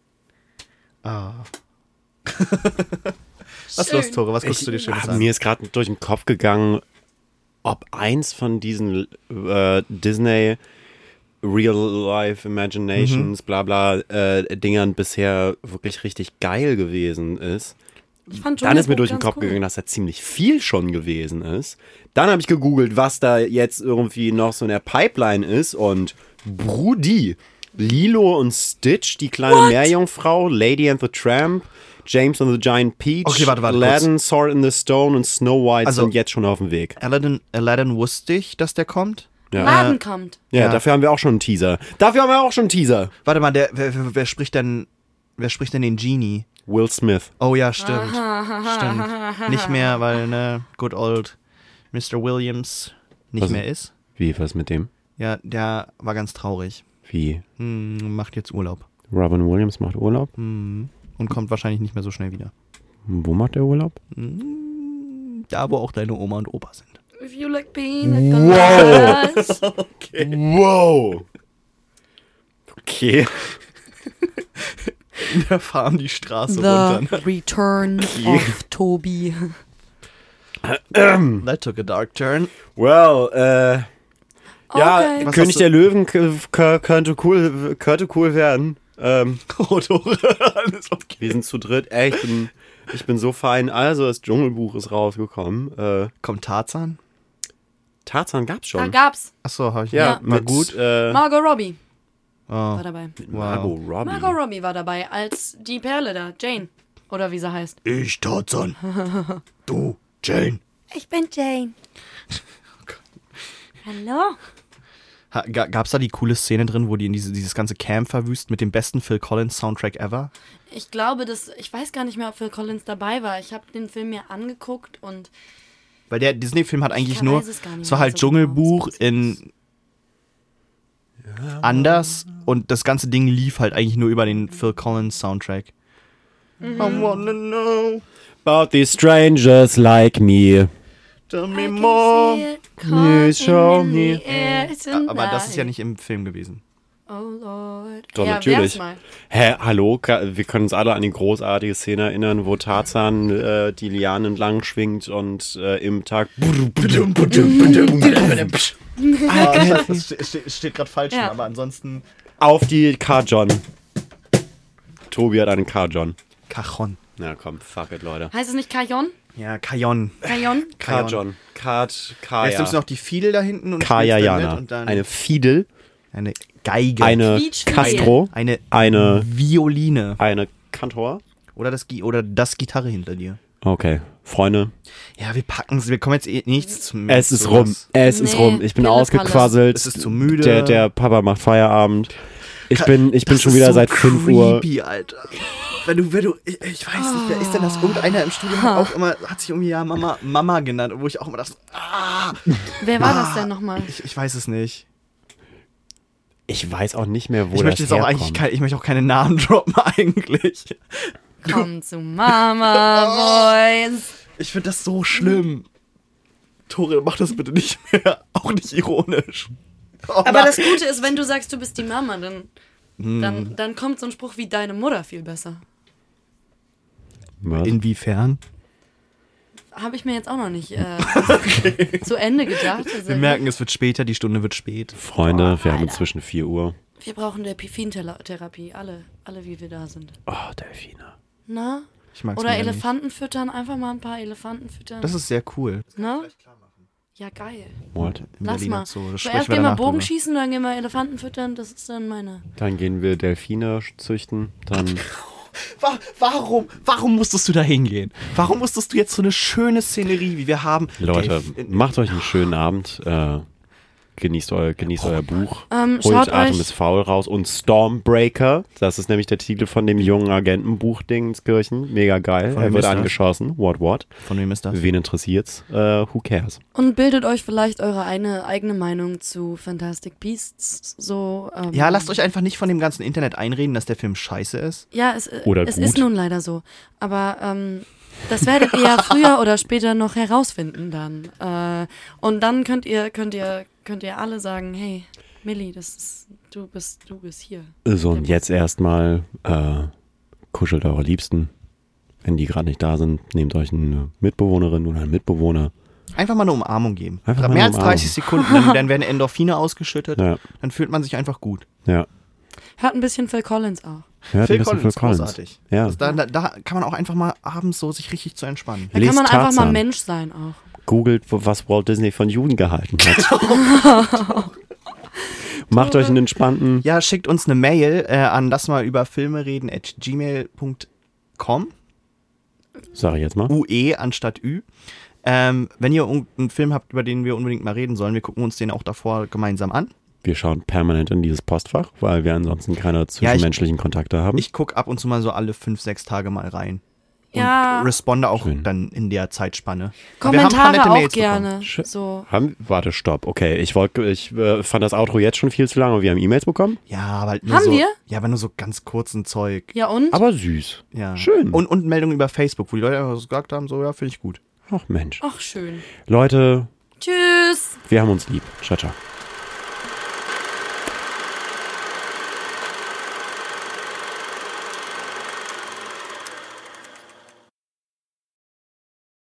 Was ist los, Tore? Was guckst du dir Schönes an? Mir ist gerade durch den Kopf gegangen, ob eins von diesen Disney Real-Life Imaginations, bla bla, Dingern bisher wirklich richtig geil gewesen ist. Ich fand Dann ist mir durch den ganz Kopf cool. gegangen, dass da ziemlich viel schon gewesen ist. Dann habe ich gegoogelt, was da jetzt irgendwie noch so in der Pipeline ist, und Brudi, Lilo und Stitch, die kleine Meerjungfrau, Lady and the Tramp, James and the Giant Peach, Okay, warte, Aladdin, Sword in the Stone und Snow White sind jetzt schon auf dem Weg. Aladdin wusste ich, dass der kommt. Ja. Laden kommt. Ja, dafür haben wir auch schon einen Teaser. Warte mal, wer spricht denn den Genie? Will Smith. Oh ja, stimmt. Stimmt. Nicht mehr, weil, good old Mr. Williams nicht mehr ist. Wie, was mit dem? Ja, der war ganz traurig. Wie? Macht jetzt Urlaub. Robin Williams macht Urlaub? Und kommt wahrscheinlich nicht mehr so schnell wieder. Wo macht er Urlaub? Da, wo auch deine Oma und Opa sind. If you like pina coladas. Wow! Okay. In der Farm die Straße runter. The Return of Toby. That took a dark turn. Well, ja, Okay. Was König hast du- der Löwen könnte cool werden. Oh, Tore, alles okay. Wir sind zu dritt. Ey, ich bin so fein. Also, das Dschungelbuch ist rausgekommen. Kommt Tarzan? Tarzan gab's Da schon. gab's Achso, hab ich Ja, mal mit, gut. Margot Robbie Oh, war dabei. Margot Robbie. Margot Robbie war dabei als die Perle da, Jane. Oder wie sie heißt. ich Tarzan. Du, Jane. Ich bin Jane. Hallo? Gab's da die coole Szene drin, wo die in dieses ganze Camp verwüst mit dem besten Phil Collins Soundtrack ever? Ich glaube, ich weiß gar nicht mehr, ob Phil Collins dabei war. Ich habe den Film mir angeguckt und Weil der Disney-Film hat eigentlich weiß nur, es gar nicht es war mehr halt so Dschungelbuch genau, in anders und das ganze Ding lief halt eigentlich nur über den Phil Collins Soundtrack. I wanna know, About these strangers like me. tell I me can more. see it calling show in me. the air Aber das ist ja tonight. nicht im Film gewesen. Oh Lord. Doch, ja, natürlich. wär's mal. Hä, hallo? Wir können uns alle an die großartige Szene erinnern, wo Tarzan die Lianen entlang schwingt und im Tag. Das steht gerade falsch, Ja. aber ansonsten Auf die Car-John. Tobi hat einen Car-John. Cajon. Na komm, fuck it, Leute. Heißt es nicht Kajon? Ja, Cajon. Kajon? Car-John. Jetzt Kaya. nimmst du noch die Fiedel da hinten und spielst Kaya dann Jana. mit und dann Eine Fiedel, eine Geige. eine Quietschfidel. Castro, Eine eine Violine. eine Kantor. Oder das Gitarre hinter dir. Okay, Freunde, Ja, wir packen's. Wir kommen jetzt nichts zum es ist rum. Es ist Nee, rum. Ich bin Pille ausgequasselt. Es ist zu müde. Der Papa macht Feierabend. Ich bin schon wieder so seit 5 Uhr. creepy, Alter. wenn du, ich weiß nicht, wer ist denn das? Irgendeiner im Studium hat sich irgendwie Mama genannt, wo ich auch immer dachte, Wer war das denn nochmal? Ich weiß es nicht. Ich weiß auch nicht mehr, wo Ich das möchte jetzt auch herkommt. ich möchte auch keine Namen droppen eigentlich. Komm zu Mama Boys. Ich finde das so schlimm. Tore, mach das bitte nicht mehr. Auch nicht ironisch. Oh, Aber nein. das Gute ist, wenn du sagst, du bist die Mama, dann kommt so ein Spruch wie deine Mutter viel besser. Was? Inwiefern? Habe ich mir jetzt auch noch nicht zu Ende gedacht. Also, Wir merken, es wird später, die Stunde wird spät. Freunde, wir haben Alter. inzwischen 4 Uhr. wir brauchen Delfintherapie, alle wie wir da sind. Oh, Delfine. Na? Ich mag's Oder mega Elefanten füttern, einfach mal ein paar Elefanten füttern. nicht. Das ist sehr cool. Na? Ja, geil. What? Im Lass Berliner mal. Zoo. Das Zuerst sprechen wir gehen wir danach drüber. Bogenschießen, dann gehen wir Elefanten füttern, das ist dann meine. Dann gehen wir Delfine züchten. Dann Warum musstest du da hingehen? Warum musstest du jetzt so eine schöne Szenerie, wie wir haben? Leute, macht euch einen schönen Abend. Genießt euer Buch. Schaut Holt Atem euch- ist faul raus. Und Stormbreaker, das ist nämlich der Titel von dem jungen Agentenbuch-Ding in Kirchen. Mega geil. Von Er wem wird ist das? angeschossen. What? Von wem ist das? Wen interessiert's? Who cares? Und bildet euch vielleicht eure eigene Meinung zu Fantastic Beasts. So, Ja, lasst euch einfach nicht von dem ganzen Internet einreden, dass der Film scheiße ist. Ja, es Oder ist gut. nun leider so. Aber das werdet ihr ja früher oder später noch herausfinden dann. Und dann könnt ihr alle sagen, hey, Millie, du bist hier. So, und jetzt erstmal kuschelt eure Liebsten. Wenn die gerade nicht da sind, nehmt euch eine Mitbewohnerin oder einen Mitbewohner. Einfach mal eine Umarmung geben. Einfach mal Mehr eine als 30 Sekunden, dann werden Endorphine ausgeschüttet. Ja. Dann fühlt man sich einfach gut. Ja. Hört ein bisschen Phil Collins auch. Hört Phil ein bisschen Collins, Phil Collins. großartig. Ja. Also da kann man auch einfach mal abends so sich richtig zu entspannen. Da Lest kann man einfach mal Tarzan. Mensch sein auch. Googelt, was Walt Disney von Juden gehalten hat. Macht euch einen entspannten. Ja, schickt uns eine Mail an lassmalüberfilmereden@gmail.com. Sag ich jetzt mal. UE anstatt Ü. Wenn ihr einen Film habt, über den wir unbedingt mal reden sollen, wir gucken uns den auch davor gemeinsam an. Wir schauen permanent in dieses Postfach, weil wir ansonsten keine zwischenmenschlichen Kontakte haben. Ich gucke ab und zu mal so alle 5-6 Tage mal rein. Und Ja. responde auch Schön. dann in der Zeitspanne. Aber wir haben ein paar Kommentare nette auch Mails gerne. Schön. So. Warte, stopp. Okay, ich fand das Outro jetzt schon viel zu lang, aber wir haben E-Mails bekommen. Ja, aber halt nur Haben so, wir? Ja, aber nur so ganz kurzen Zeug. Ja und? Aber süß. Ja. Schön. Und Meldungen über Facebook, wo die Leute einfach so gesagt haben, so, ja, finde ich gut. Ach Mensch. Ach schön. Leute, Tschüss. wir haben uns lieb. Ciao, ciao.